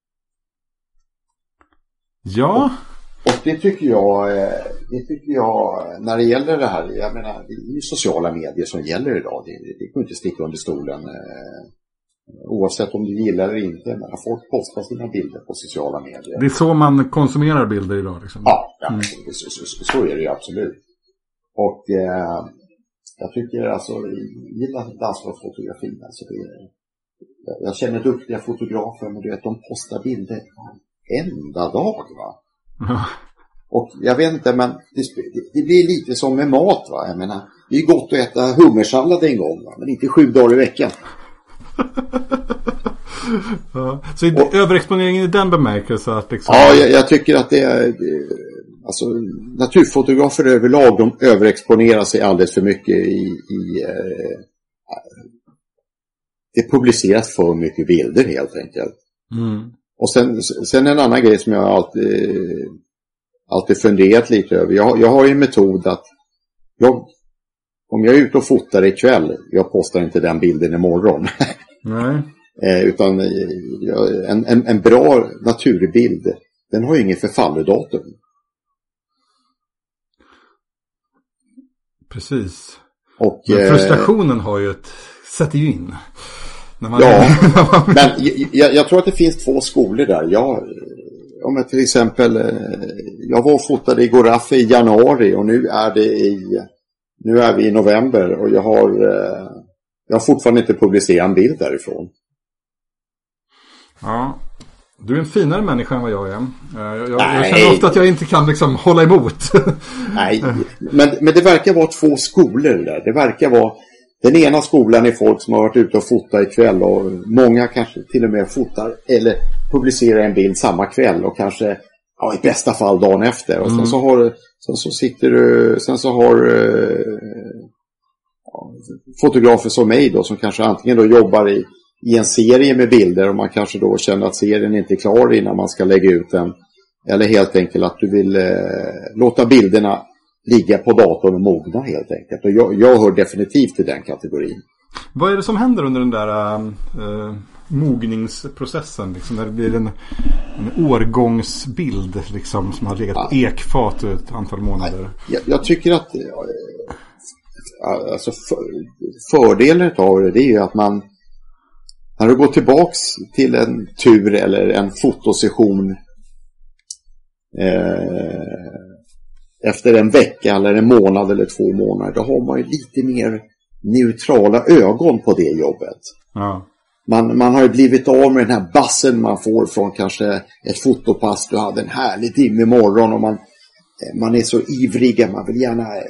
Ja. Och, och det tycker jag, det tycker jag, när det gäller det här, jag menar, det är ju sociala medier som gäller idag. Det, det går inte sticka under stolen. Oavsett om du gillar eller inte, men folk postar sina bilder på sociala medier. Det är så man konsumerar bilder idag liksom. Ja, ja mm. så, så, så, så är det ju absolut. Och eh, jag tycker alltså, jag gillar landskapsfotografin. Alltså det, jag känner duktiga fotografer, men du vet, de postar bilder enda dag, va? Ja. Och jag vet inte, men det, det blir lite som med mat, va? Jag menar, det är ju gott att äta hummersallad en gång, va? Men inte sju dagar i veckan. Ja. Så och, överexponeringen i den bemärkelsen att liksom... Ja, jag, jag tycker att det är det, alltså, naturfotografer överlag, de överexponerar sig alldeles för mycket i, i eh, det publiceras för mycket bilder helt enkelt. Mm. Och sen, sen en annan grej som jag alltid alltid funderat lite över. Jag, jag har ju en metod att jag, om jag är ute och fotar ikväll, jag postar inte den bilden imorgon. Nej. eh, utan en, en, en bra naturbild, den har ju ingen förfallodatum. Precis. Och, men frustrationen eh, har ju ett, sätter ju in. När man ja, men jag, jag tror att det finns två skolor där. Jag, om jag till exempel, jag var och fotade i Gorafe i januari och nu är det i, nu är vi i november och jag har, jag har fortfarande inte publicerat en bild därifrån. Ja, du är en finare människa än vad jag är. Jag, jag, jag känner ofta att jag inte kan liksom hålla emot. Nej, men, men det verkar vara två skolor där. Det verkar vara, den ena skolan är folk som har varit ute och fotat ikväll och många kanske till och med fotar eller publicerar en bild samma kväll och kanske, ja, i bästa fall dagen efter. Och sen mm. så har sen så sitter du, sen så har ja, fotografer som mig då, som kanske antingen då jobbar i i en serie med bilder och man kanske då känner att serien inte är klar innan man ska lägga ut den, eller helt enkelt att du vill eh, låta bilderna ligga på datorn och mogna helt enkelt. Och jag, jag hör definitivt till den kategorin. Vad är det som händer under den där äh, mogningsprocessen liksom, när det blir en, en årgångsbild liksom, som har legat på ja. ekfat ett antal månader? Jag, jag tycker att äh, alltså för, fördelen av det, det är ju att man, när du går tillbaks till en tur eller en fotosession eh, efter en vecka eller en månad eller två månader, då har man ju lite mer neutrala ögon på det jobbet. Ja. Man, man har ju blivit av med den här bassen man får från kanske ett fotopass. Du hade en härlig dimmig morgon och man, man är så ivrig, man vill gärna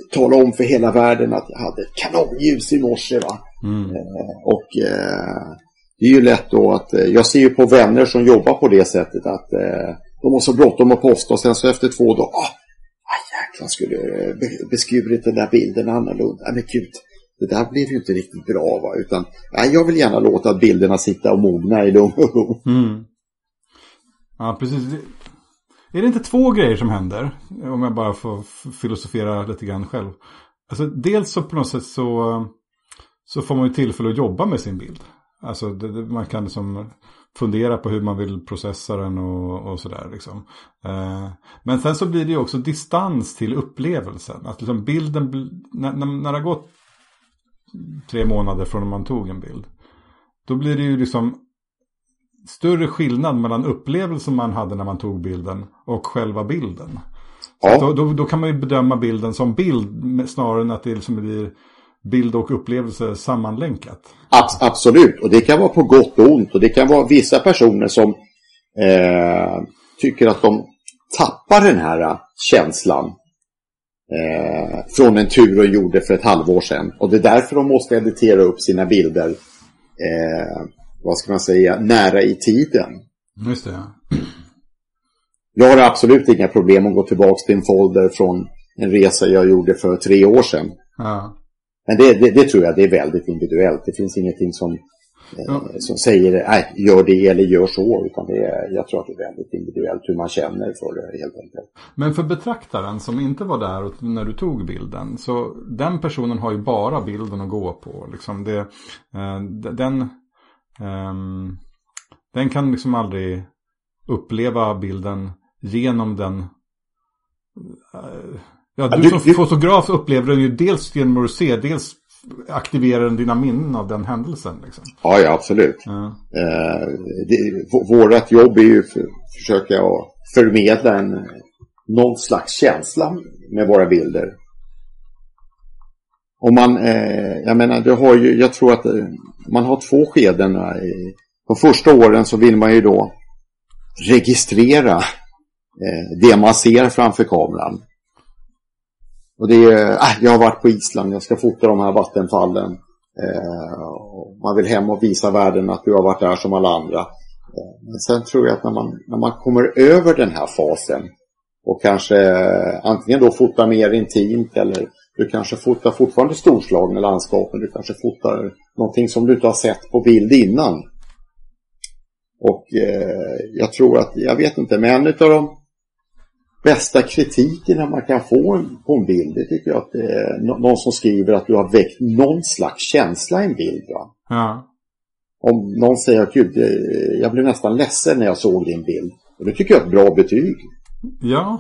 tala om för hela världen att jag hade ett kanonljus i morse, va. Mm. Eh, och eh, det är ju lätt då att eh, jag ser ju på vänner som jobbar på det sättet att eh, de har så bråttom att posta och sen så efter två dagar, ah, ah jäklar, skulle jag be- beskurit den där bilden annorlunda. Nej, men gud, det där blev ju inte riktigt bra, va, utan nej, jag vill gärna låta bilderna sitta och mogna i lugn och ro. Mm. Ja, precis. Är det inte två grejer som händer? Om jag bara får filosofera lite grann själv. Alltså, dels så på något sätt så, så får man ju tillfälle att jobba med sin bild. Alltså det, det, man kan liksom fundera på hur man vill processa den och, och sådär liksom. Eh, men sen så blir det ju också distans till upplevelsen. Att liksom bilden, när, när, när det har gått tre månader från när man tog en bild, då blir det ju liksom större skillnad mellan upplevelsen man hade när man tog bilden och själva bilden. Ja. Då, då, då kan man ju bedöma bilden som bild snarare än att det liksom blir bild och upplevelse sammanlänkat. Abs- absolut, och det kan vara på gott och ont, och det kan vara vissa personer som eh, tycker att de tappar den här känslan eh, från en tur de gjorde för ett halvår sedan, och det är därför de måste editera upp sina bilder eh, vad ska man säga, nära i tiden. Just det, ja. Jag har absolut inga problem att gå tillbaka till en folder från en resa jag gjorde för tre år sedan. Ja. Men det, det, det tror jag det är väldigt individuellt. Det finns ingenting som, eh, ja. som säger nej, gör det eller gör så. Utan det är, jag tror att det är väldigt individuellt hur man känner för det helt enkelt. Men för betraktaren som inte var där när du tog bilden, så den personen har ju bara bilden att gå på. Liksom det, eh, den, eh, den kan liksom aldrig uppleva bilden genom den. Ja, du, du som fotograf upplever den ju dels genom att se, dels aktiverar den dina minnen av den händelsen. Liksom. Ja, ja, absolut. Ja. Eh, det, vårat jobb är ju för att försöka förmedla en, någon slags känsla med våra bilder. Om man, eh, jag menar, det har ju, jag tror att man har två skeden. I, de första åren så vill man ju då registrera det man ser framför kameran. Och det är, äh, jag har varit på Island, jag ska fota de här vattenfallen. Eh, man vill hem och visa världen att du har varit där som alla andra. Eh, men sen tror jag att när man, när man kommer över den här fasen och kanske eh, antingen då fotar mer intimt, eller du kanske fotar fortfarande storslagna landskapen, du kanske fotar någonting som du inte har sett på bild innan. Och eh, jag tror att, jag vet inte, men en av de bästa kritiken man kan få på en bild, det tycker jag att det är någon som skriver att du har väckt någon slags känsla i en bild, va? Ja. Om någon säger att gud, jag blev nästan ledsen när jag såg din bild, och det tycker jag är ett bra betyg. Ja.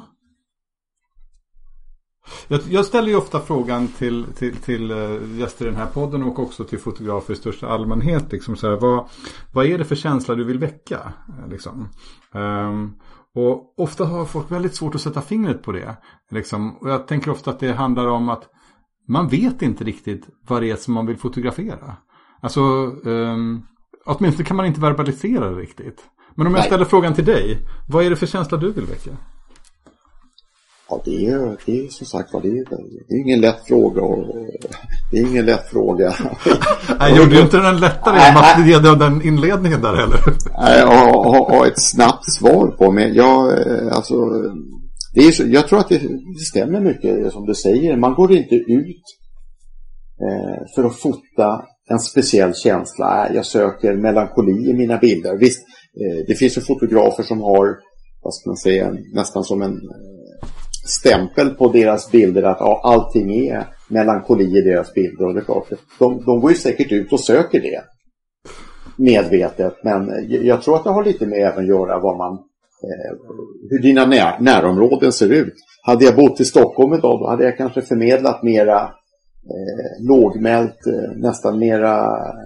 Jag, jag ställer ju ofta frågan till, till, till gäster i den här podden och också till fotografer i största allmänhet. Liksom så här, vad, vad är det för känsla du vill väcka? Liksom. Um, och ofta har folk väldigt svårt att sätta fingret på det. Liksom. Och jag tänker ofta att det handlar om att man vet inte riktigt vad det är som man vill fotografera. Alltså, um, åtminstone kan man inte verbalisera det riktigt. Men om jag ställer frågan till dig, vad är det för känsla du vill väcka? Ja, det är, det är som sagt det är, det är ingen lätt fråga. Och, det är ingen lätt fråga. Jag gjorde ju inte den lättare genom att ge den inledningen där heller. Nej, och, och, och ett snabbt svar på. Men jag, alltså, det är så, jag tror att det, det stämmer mycket som du säger. Man går inte ut eh, för att fota en speciell känsla. Jag söker melankoli i mina bilder. Visst, eh, det finns ju fotografer som har, vad ska man säga, nästan som en stämpel på deras bilder att ja, allting är melankoli i deras bilder, och det är klart, de, de går ju säkert ut och söker det medvetet, men jag tror att det har lite med även att göra vad man eh, hur dina när, närområden ser ut. Hade jag bott i Stockholm idag, då hade jag kanske förmedlat mera eh, lågmält, eh, nästan mera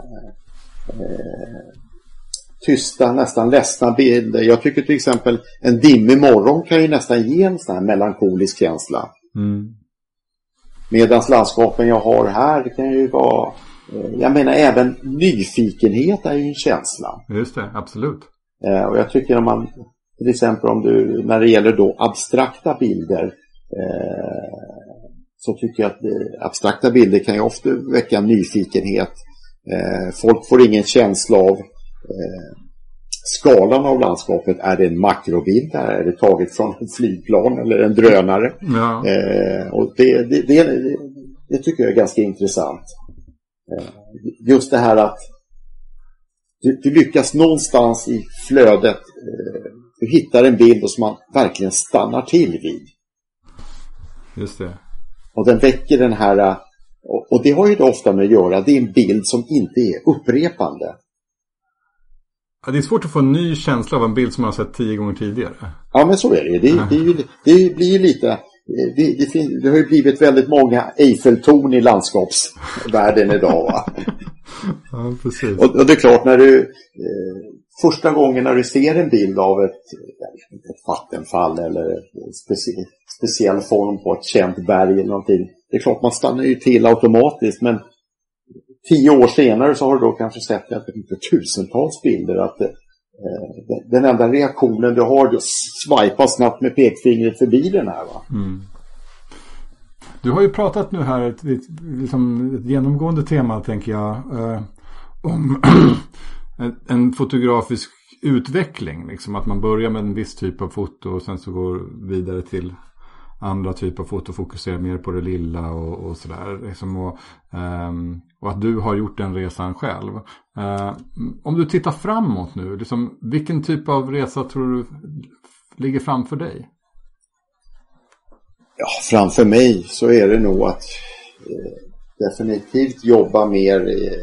eh, tysta, nästan ledsna bilder. Jag tycker till exempel en dimmig morgon kan ju nästan ge en sån här melankolisk känsla. Mm. Medans landskapen jag har här kan ju vara, jag menar även nyfikenhet är ju en känsla. Just det, absolut. Eh, och jag tycker om man, till exempel om du, när det gäller då abstrakta bilder, eh, så tycker jag att eh, abstrakta bilder kan ju ofta väcka nyfikenhet. Eh, folk får ingen känsla av eh, skalan av landskapet. Är det en makrobild? Är det taget från en flygplan eller en drönare? Ja. Eh, och det, det, det, det tycker jag är ganska intressant. Eh, just det här att du, du lyckas någonstans i flödet. Eh, du hittar en bild som man verkligen stannar till vid. Just det. Och den väcker den här, och, och det har ju det ofta med att göra, det är en bild som inte är upprepande. Ja, det är svårt att få en ny känsla av en bild som man har sett tio gånger tidigare. Ja, men så är det. Det, det, är ju, det blir ju lite, det, det, fin, det har ju blivit väldigt många Eiffeltorn i landskapsvärlden idag, va? Ja, precis. Och, och det är klart, när du eh, första gången när du ser en bild av ett, ett vattenfall eller en specie, speciell form på ett känt berg eller någonting, det är klart man stannar ju till automatiskt, men tio år senare så har du då kanske sett jag vet inte, tusentals bilder att eh, den enda reaktionen du har är att swipa snabbt med pekfingret förbi den här, va? Mm. Du har ju pratat nu här ett, ett, liksom ett genomgående tema, tänker jag, eh, om en fotografisk utveckling, liksom att man börjar med en viss typ av foto och sen så går vidare till andra typer av foto, fokuserar mer på det lilla och, och sådär. Liksom och, um, och att du har gjort den resan själv. Uh, om du tittar framåt nu, liksom, vilken typ av resa tror du ligger framför dig? Ja, framför mig så är det nog att eh, definitivt jobba mer eh,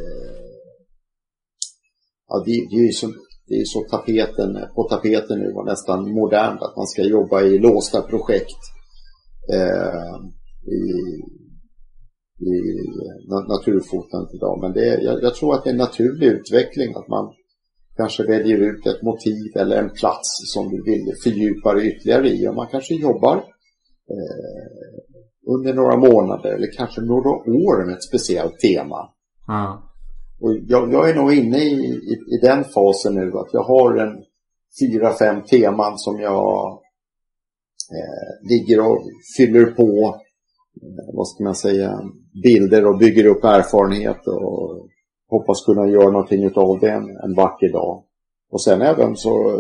ja, det, det är ju så, det är så tapeten, på tapeten nu var nästan modernt att man ska jobba i låsta projekt eh, i, i naturfotandet idag. Men det, jag, jag tror att det är en naturlig utveckling att man kanske väljer ut ett motiv eller en plats som du vill fördjupa dig ytterligare i, och man kanske jobbar eh, under några månader eller kanske några år med ett speciellt tema. Mm. Och jag, jag är nog inne i, i, i den fasen nu att jag har en fyra, fem teman som jag eh, ligger och fyller på eh, vad ska man säga, bilder och bygger upp erfarenhet och hoppas kunna göra någonting utav det en, en vacker dag. Och sen även så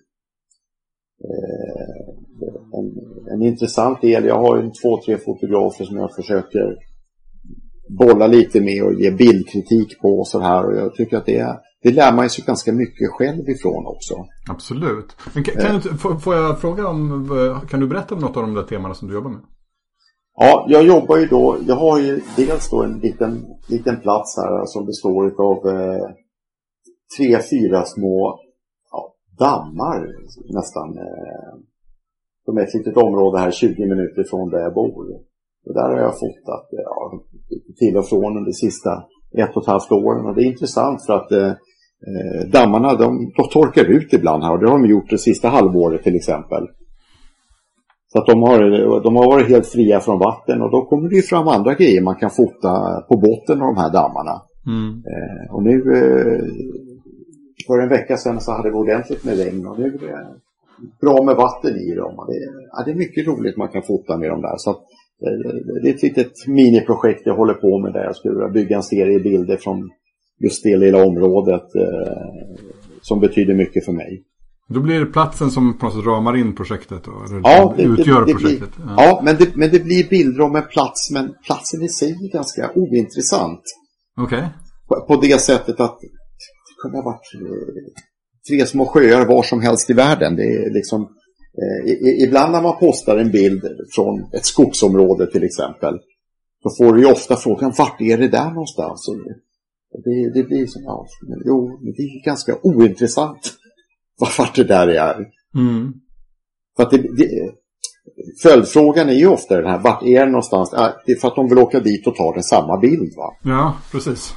eh, en, en intressant del, jag har en två, tre fotografer som jag försöker bolla lite med och ge bildkritik på och så här, och jag tycker att det, det lär man sig ganska mycket själv ifrån också. Absolut. Men kan, kan du, får, får jag fråga om, kan du berätta om något av de där temana som du jobbar med? Ja, jag jobbar ju då, jag har ju dels då en liten, liten plats här som består av eh, tre, fyra små ja, dammar nästan. Eh, som är ett litet område här tjugo minuter från där jag bor. Och där har jag fotat ja, till och från under de sista ett och ett halvt åren. Och det är intressant för att eh, dammarna de, de torkar ut ibland här. Och det har de gjort det sista halvåret till exempel. Så att de har, de har varit helt fria från vatten. Och då kommer det ju fram andra grejer man kan fota på botten av de här dammarna. Mm. Eh, och nu eh, för en vecka sedan så hade vi ordentligt med regn. Och nu är det bra med vatten i dem. Och det, ja, det är mycket roligt man kan fota med dem där. Så att det är ett litet miniprojekt jag håller på med där jag skulle bygga en serie bilder från just det lilla området eh, som betyder mycket för mig. Då blir det platsen som på något sätt ramar in projektet då, eller ja, det, utgör det, det projektet. Blir, ja, ja men, det, men det blir bilder om en plats, men platsen i sig är ganska ointressant. Okej. Okay. På, på det sättet att det kunde ha varit eh, tre små sjöar var som helst i världen. Det är liksom I, ibland när man postar en bild från ett skogsområde till exempel, då får du ju ofta frågan, vart är det där någonstans? Det, det blir som, ja, men, jo, det är ganska ointressant vart det där är. Mm. För att det, det, följdfrågan är ju ofta den här, vart är det någonstans? Ja, det är för att de vill åka dit och ta den samma bild, va? Ja, precis.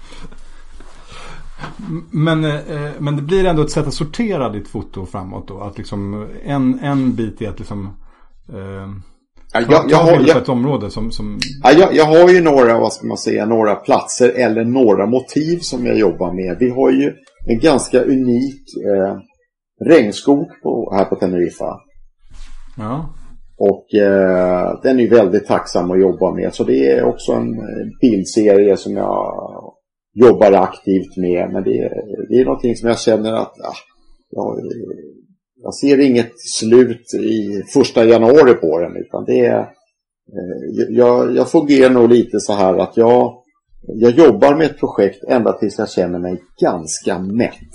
Men, eh, men det blir ändå ett sätt att sortera ditt foto framåt då. Att liksom en, en bit är att liksom eh, ja, jag, jag har jag, ett område som, som... Ja, jag, jag har ju några, vad ska man säga, några platser eller några motiv som jag jobbar med. Vi har ju en ganska unik eh, regnskog på, här på Teneriffa. Ja. Och eh, den är väldigt tacksam att jobba med. Så det är också en bildserie som jag jobbar aktivt med. Men det är, det är någonting som jag känner att ah, jag, jag ser inget slut i första januari på den. Utan det är, eh, jag, jag fungerar nog lite så här att jag, jag jobbar med ett projekt ända tills jag känner mig ganska mätt.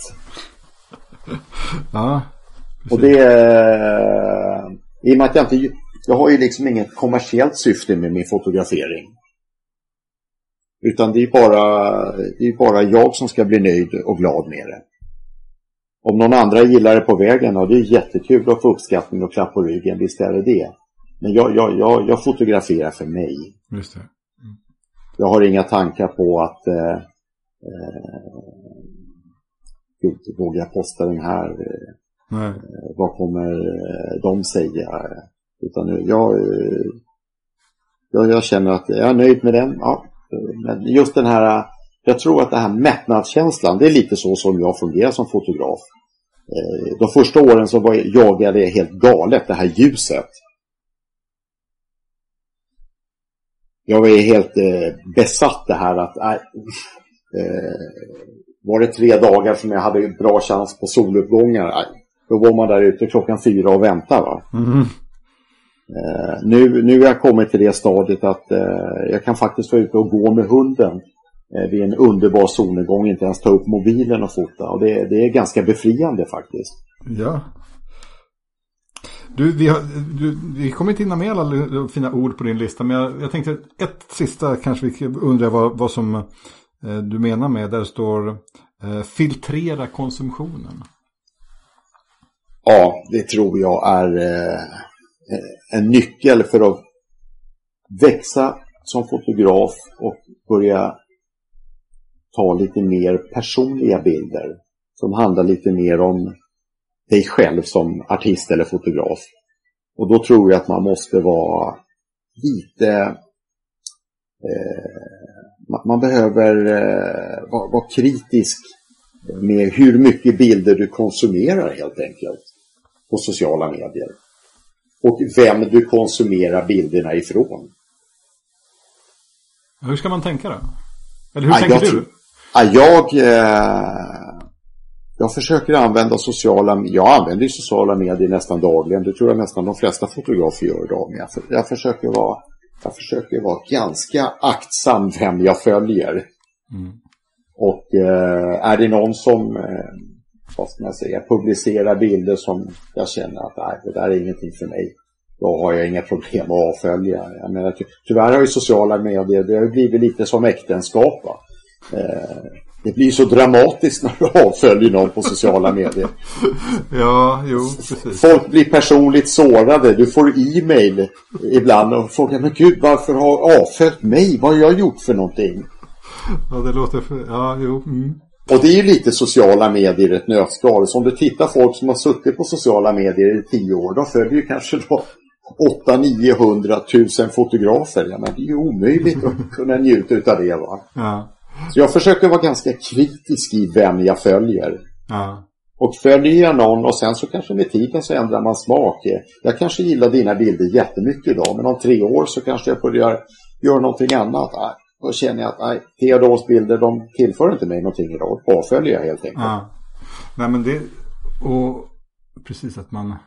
Ja. Och det är, i och med att jag inte, jag har ju liksom inget kommersiellt syfte med min fotografering. Utan det är bara, det är bara jag som ska bli nöjd och glad med det. Om någon andra gillar det på vägen, och det är jättekul att få uppskattning och klapp på ryggen, visst är det det. Men jag, jag, jag, jag fotograferar för mig. Just det. Mm. Jag har inga tankar på att eh, eh, gud, vågar jag posta den här? Eh, Nej. Vad kommer de säga? Utan jag, jag, jag känner att jag är nöjd med den. Ja, men just den här, jag tror att det här mättnadskänslan, det är lite så som jag fungerar som fotograf. De första åren så var jag, jagade jag helt galet det här ljuset. Jag var helt eh, besatt det här att äh, eh, var det tre dagar som jag hade bra chans på soluppgångar, äh, då var man där ute klockan fyra och väntar, va? Mm. Eh, nu, nu har jag kommit till det stadiet att eh, jag kan faktiskt vara ute och gå med hunden eh, vid en underbar solnedgång, inte ens ta upp mobilen och fota. Och det, det är ganska befriande faktiskt. Ja. Du, vi, har, du, vi kommer inte hinna med alla fina ord på din lista, men jag, jag tänkte ett sista kanske vi undrar vad, vad som eh, du menar med, där det står eh, filtrera konsumtionen. Ja, det tror jag är eh, en nyckel för att växa som fotograf och börja ta lite mer personliga bilder som handlar lite mer om dig själv som artist eller fotograf. Och då tror jag att man måste vara lite eh, man behöver eh, vara, vara kritisk med hur mycket bilder du konsumerar helt enkelt på sociala medier. Och vem du konsumerar bilderna ifrån. Hur ska man tänka då? Eller hur ja, tänker jag, du? Ja, jag, eh, jag försöker använda sociala Jag använder ju sociala medier nästan dagligen. Det tror jag nästan de flesta fotografer gör idag. Men jag, för, jag, försöker vara, jag försöker vara ganska aktsam vem jag följer. Mm. Och eh, är det någon som... Eh, vad ska man säga, publicera bilder som jag känner att nej, det där är ingenting för mig, då har jag inga problem att avfölja. Jag menar, ty- tyvärr har ju sociala medier, det har blivit lite som äktenskap, va? Eh, det blir så dramatiskt när du avföljer någon på sociala medier. Ja, jo, precis. Folk blir personligt sårade. Du får e-mail ibland och frågar, men gud, varför har avföljt mig? Vad har jag gjort för någonting? Ja, det låter för... Ja, jo. Mm. Och det är ju lite sociala medier ett nötskal. Så om du tittar folk som har suttit på sociala medier i tio år, då följer ju kanske då åtta nio hundra tusen fotografer. Ja, men det är ju omöjligt att kunna njuta av det, va? Ja. Så jag försöker vara ganska kritisk i vem jag följer. Ja. Och följer jag någon och sen så kanske med tiden så ändrar man smak. Jag kanske gillar dina bilder jättemycket idag, men om tre år så kanske jag börjar göra någonting annat. Då känner jag att nej, Theodors bilder, de tillför inte mig någonting idag. Avföljer jag helt enkelt. Ja. Nej, men det... Och precis att man...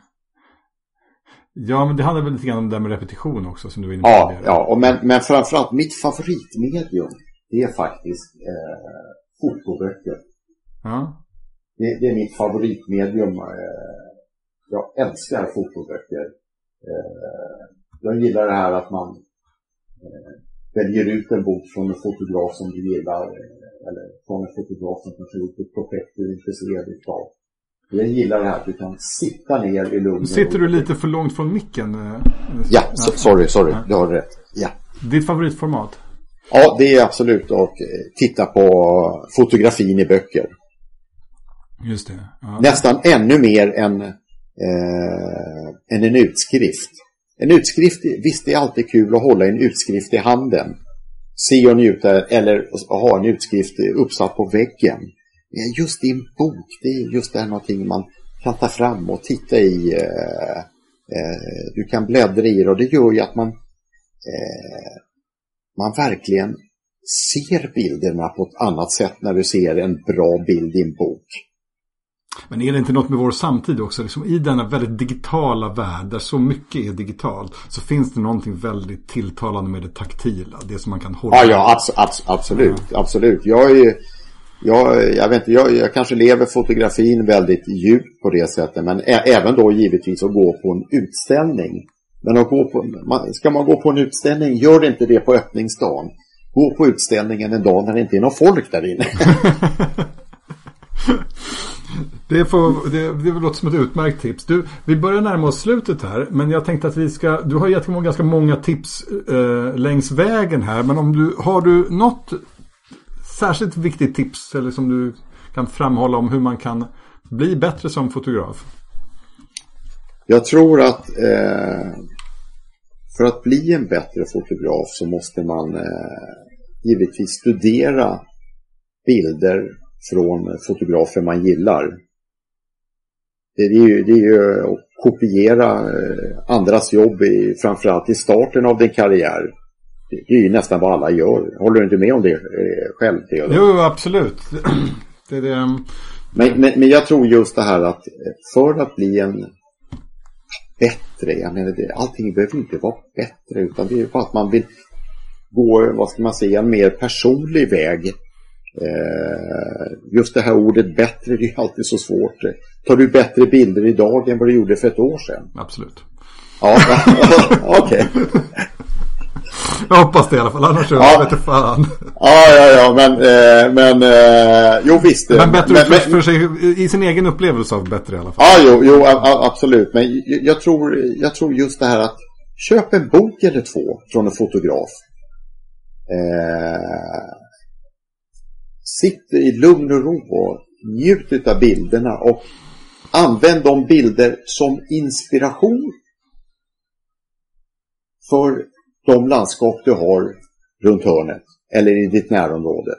Ja, men det handlar väl lite grann om det med repetition också, som du var inne på. Ja, ja, och men, men framförallt mitt favoritmedium, det är faktiskt eh, fotoböcker. Ja. Det, det är mitt favoritmedium. Eh, jag älskar fotoböcker. Eh, jag gillar det här att man eh, väljer ut en bok från en fotograf som du gillar, eller från en fotograf som kanske gjort ett projekt du är intresserad av. Jag gillar det här att du kan sitta ner i lugn. Sitter du lite för långt från micken? Ja, so, sorry, sorry. Du har rätt. Ja. Ditt favoritformat? Ja, det är absolut att titta på fotografin i böcker. Just det. Ja. Nästan ännu mer än, eh, än en utskrift. En utskrift, visst, det är alltid kul att hålla en utskrift i handen. Se och njuta, eller ha en utskrift uppsatt på väggen. Just i en bok, det är just det här någonting man kan ta fram och titta i Eh, du kan bläddra i det och det gör ju att man eh, man verkligen ser bilderna på ett annat sätt när du ser en bra bild i en bok. Men är det inte något med vår samtid också? Liksom i denna väldigt digitala värld där så mycket är digitalt så finns det någonting väldigt tilltalande med det taktila. Det som man kan hålla. Ja, ja abs- abs- absolut. Ja. absolut. Jag, är, jag, jag, vet inte, jag, jag kanske lever fotografin väldigt djupt på det sättet. Men ä- även då givetvis att gå på en utställning. Men att gå på, man, ska man gå på en utställning, gör inte det på öppningsdagen. Gå på utställningen en dag när det inte är någon folk där inne. Det, får, det, det låter som ett utmärkt tips. Du, vi börjar närma oss slutet här. Men jag tänkte att vi ska... Du har gett mig ganska många tips eh, längs vägen här. Men om du, har du något särskilt viktigt tips eller som du kan framhålla om hur man kan bli bättre som fotograf? Jag tror att eh, för att bli en bättre fotograf så måste man eh, givetvis studera bilder från fotografer man gillar. Det är ju, det är ju att kopiera eh, andras jobb i, framförallt i starten av din karriär. Det är ju nästan vad alla gör. Håller du inte med om det eh, själv, Theodor? Jo, absolut. det är det. Men, men, men jag tror just det här att för att bli en bättre, jag menar det, allting behöver inte vara bättre utan det är bara att man vill gå, vad ska man säga, en mer personlig väg. Eh, just det här ordet bättre, det är alltid så svårt. Tar du bättre bilder idag än vad du gjorde för ett år sedan? Absolut. Ja, okej. Okay. Jag hoppas det i alla fall, annars ja. vet jag fan. Ja, ja, ja, men, eh, men eh, jo visst. Men bättre men, för, för sig, i sin egen upplevelse av bättre i alla fall. Ja, jo, jo a, absolut. Men jag tror, jag tror just det här att köp en bok eller två från en fotograf. Eh, sitt i lugn och ro och njut av bilderna och använd de bilder som inspiration för de landskap du har runt hörnet eller i ditt närområde.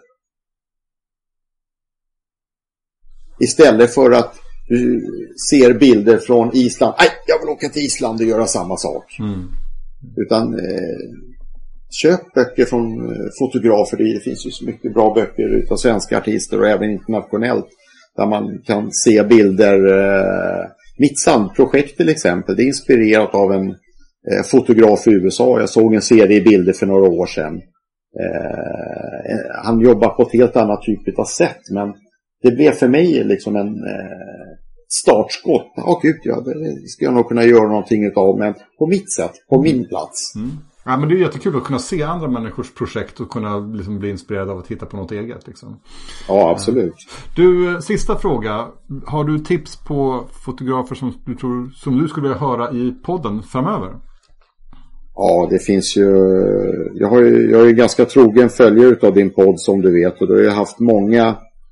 Istället för att du ser bilder från Island. Nej, jag vill åka till Island och göra samma sak. Mm. Utan eh, köp böcker från eh, fotografer. Det finns ju så mycket bra böcker utav svenska artister och även internationellt. Där man kan se bilder. Eh, Mitt sandprojekt till exempel. Det är inspirerat av en eh, fotograf i U S A. Jag såg en serie bilder för några år sedan. Eh, han jobbar på ett helt annat typ av sätt. Men det blev för mig liksom en eh, startskott. Ja, gud, ja, det ska jag nog kunna göra någonting utav. Men på mitt sätt, på min plats. Mm. Ja, men det är jättekul att kunna se andra människors projekt och kunna liksom bli inspirerad av att titta på något eget. Liksom. Ja, absolut. Du, sista fråga. Har du tips på fotografer som du, tror, som du skulle vilja höra i podden framöver? Ja, det finns ju... Jag har ju, jag är ju ganska trogen följare utav din podd som du vet. Och du har ju haft många...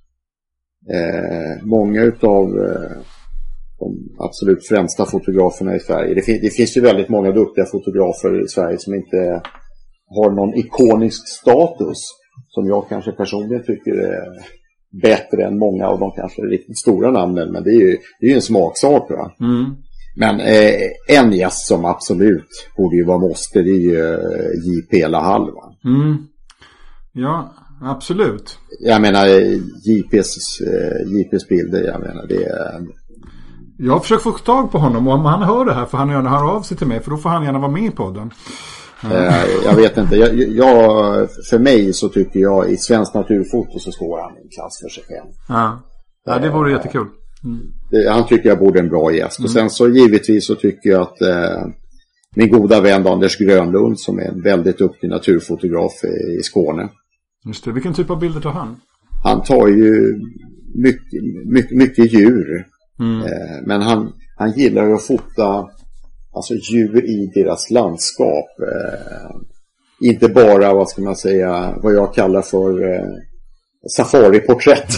Eh, många utav... Eh, de absolut främsta fotograferna i Sverige. Det, fin- det finns ju väldigt många duktiga fotografer i Sverige som inte har någon ikonisk status som jag kanske personligen tycker är bättre än många av de kanske riktigt stora namnen. Men det är ju, det är ju en smaksak, va? Mm. Men eh, en gäst som absolut borde ju vara måste, det är ju eh, J P Lahall, va? Mm. Ja, absolut. Jag menar J P:s, eh, J P:s bilder, jag menar det är... Jag har försökt få tag på honom och om han hör det här får han gärna höra av sig till mig för då får han gärna vara med i podden. Mm. Eh, jag vet inte. Jag, jag, för mig så tycker jag i svensk naturfoto så står han i en klass för sig själv. Ja, ja det vore eh, jättekul. Mm. Det, han tycker jag borde en bra gäst. Mm. Och sen så givetvis så tycker jag att eh, min goda vän Anders Grönlund som är en väldigt duktig naturfotograf i, i Skåne. Just det. Vilken typ av bilder tar han? Han tar ju mycket, mycket, mycket djur. Mm. Eh, men han, han gillar ju att fota alltså djur i deras landskap. Eh, inte bara, vad ska man säga, vad jag kallar för eh, safariporträtt.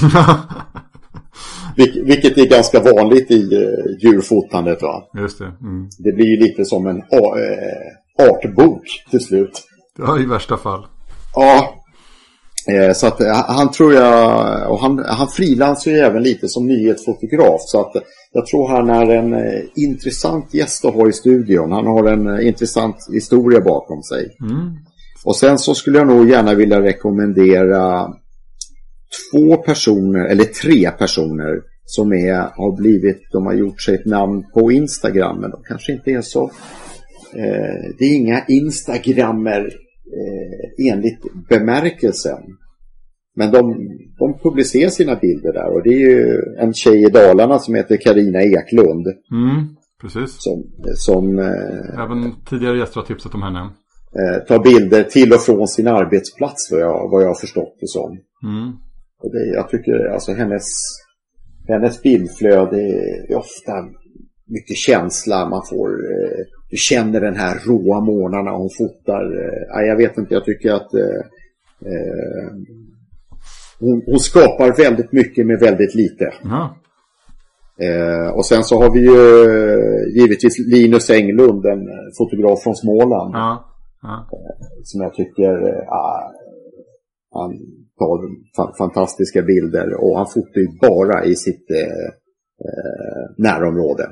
Vil- vilket är ganska vanligt i eh, djurfotandet, va? Just det. Mm. Det blir ju lite som en a- eh, artbok till slut. Ja, i värsta fall. Ja. Eh, så att han tror jag, och han, han frilansar ju även lite som nyhetsfotograf, så att jag tror han är en eh, intressant gäst att ha i studion. Han har en eh, intressant historia bakom sig. Mm. Och sen så skulle jag nog gärna vilja rekommendera två personer, eller tre personer som är, har blivit, de har gjort sig ett namn på Instagram, men de kanske inte är så eh, det är inga Instagrammer eh, enligt bemärkelsen, men de, de publicerar sina bilder där, och det är ju en tjej i Dalarna som heter Carina Eklund. Mm, precis. Som, som eh, även tidigare gäster har tipsat om henne. Eh, tar bilder till och från sin arbetsplats, vad jag, vad jag har förstått det som. Mm. Och det, jag tycker alltså hennes hennes bildflöde är ofta mycket känsla man får. Eh, du känner den här råa månaderna hon fotar. Eh, jag vet inte, jag tycker att eh, eh, hon, hon skapar väldigt mycket med väldigt lite. Mm. Eh, och sen så har vi ju eh, givetvis Linus Englund, en fotograf från Småland. Ja. Ja. Som jag tycker äh, han tar fa- fantastiska bilder, och han fotar ju bara i sitt äh, närområde.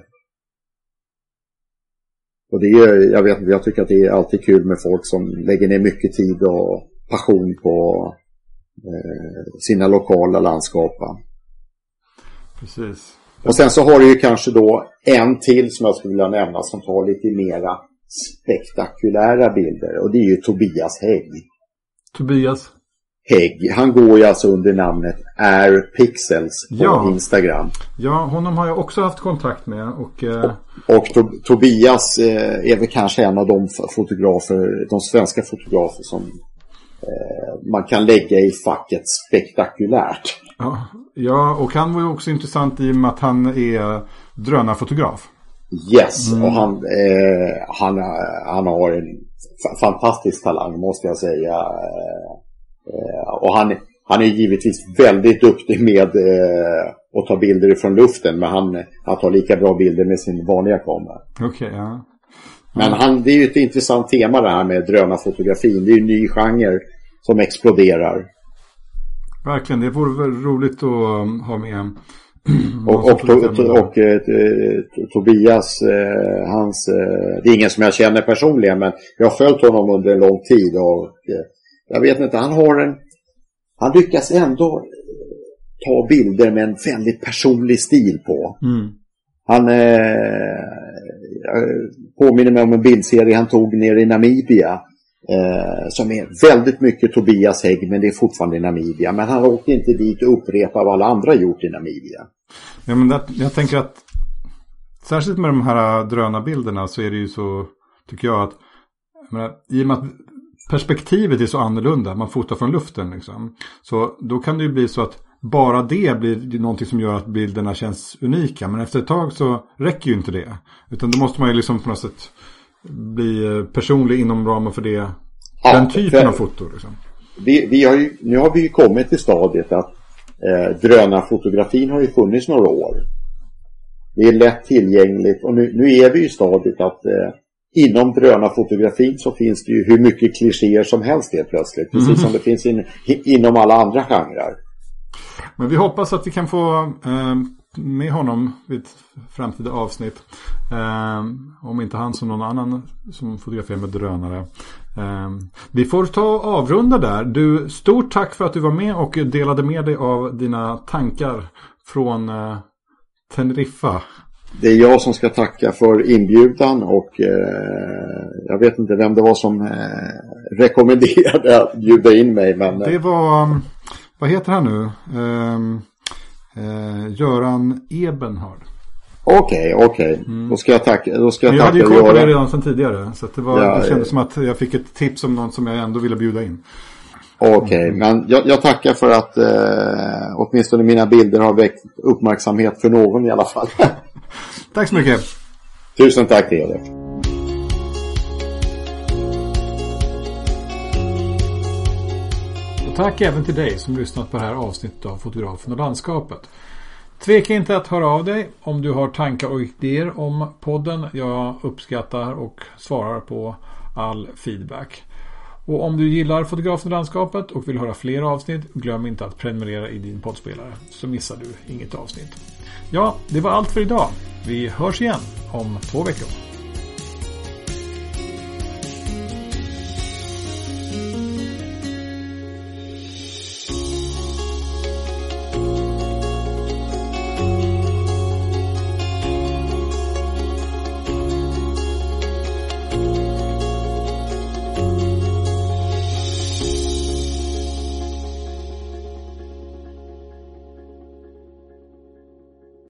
Och det är, jag vet inte, jag tycker att det är alltid kul med folk som lägger ner mycket tid och passion på äh, sina lokala landskap. Precis. Och sen så har du ju kanske då en till som jag skulle vilja nämna, som tar lite mera spektakulära bilder, och det är ju Tobias Hägg. Tobias Hägg, han går ju alltså under namnet Airpixels på ja. Instagram. Ja, honom har jag också haft kontakt med. Och, eh... och, och to- Tobias eh, är väl kanske en av de fotografer, de svenska fotografer som eh, man kan lägga i facket spektakulärt. Ja, ja, och han var ju också intressant i och med att han är drönarfotograf. Yes, mm. och han, eh, han, han har en f- fantastisk talang, måste jag säga. Eh, och han, han är givetvis väldigt duktig med eh, att ta bilder från luften, men han, han tar lika bra bilder med sin vanliga kamera. Okej, okay, ja. Men han, det är ju ett intressant tema det här med drönarfotografin. Det är ju en ny genre som exploderar. Verkligen, det vore väl roligt att ha med. och och, to, to, och eh, Tobias, eh, hans, eh, det är ingen som jag känner personligen, men jag har följt honom under en lång tid, och eh, jag vet inte, han har en, han lyckas ändå ta bilder med en väldigt personlig stil på. Mm. Han eh, påminner mig om en bildserie han tog nere i Namibia. Eh, som är väldigt mycket Tobias Hägg, men det är fortfarande i Namibia. Men han åkte inte dit och upprepa vad alla andra gjort i Namibia. Ja, men det, jag tänker att särskilt med de här drönarbilderna så är det ju så, tycker jag, att jag menar, i och med att perspektivet är så annorlunda, man fotar från luften liksom, så då kan det ju bli så att bara det blir någonting som gör att bilderna känns unika. Men efter ett tag så räcker ju inte det, utan då måste man ju liksom på något sätt bli personlig inom ramen för det, ja, den typen för, av foto liksom. vi, vi har ju, nu har vi ju kommit till stadiet att eh, drönarfotografin har ju funnits några år. Det är lätt tillgängligt, och nu, nu är vi i stadiet att eh, inom drönarfotografin så finns det ju hur mycket klichéer som helst helt plötsligt, precis mm. som det finns in, inom alla andra genrer. Men vi hoppas att vi kan få eh, med honom vid ett framtida avsnitt. Eh, om inte han som någon annan som fotograferar med drönare. Eh, vi får ta och avrunda där. Du, stort tack för att du var med och delade med dig av dina tankar från eh, Teneriffa. Det är jag som ska tacka för inbjudan, och eh, jag vet inte vem det var som eh, rekommenderade att bjuda in mig. Men, det var, vad heter han nu? Eh, eh, Göran Ebenhard. Okej, okay, okej. Okay. Mm. Då ska jag tacka. Då ska jag, jag tacka hade ju koll på det Göran redan sedan tidigare. Så att det, var, ja, det kändes som att jag fick ett tips om någon som jag ändå ville bjuda in. Okej, okay, mm. men jag, jag tackar för att eh, åtminstone mina bilder har väckt uppmärksamhet för någon i alla fall. Tack så mycket. Tusen tack till er. Och tack även till dig som lyssnat på det här avsnittet av Fotografen och landskapet. Tveka inte att höra av dig om du har tankar och idéer om podden. Jag uppskattar och svarar på all feedback. Och om du gillar Fotografen och landskapet och vill höra fler avsnitt, glöm inte att prenumerera i din poddspelare så missar du inget avsnitt. Ja, det var allt för idag. Vi hörs igen om två veckor.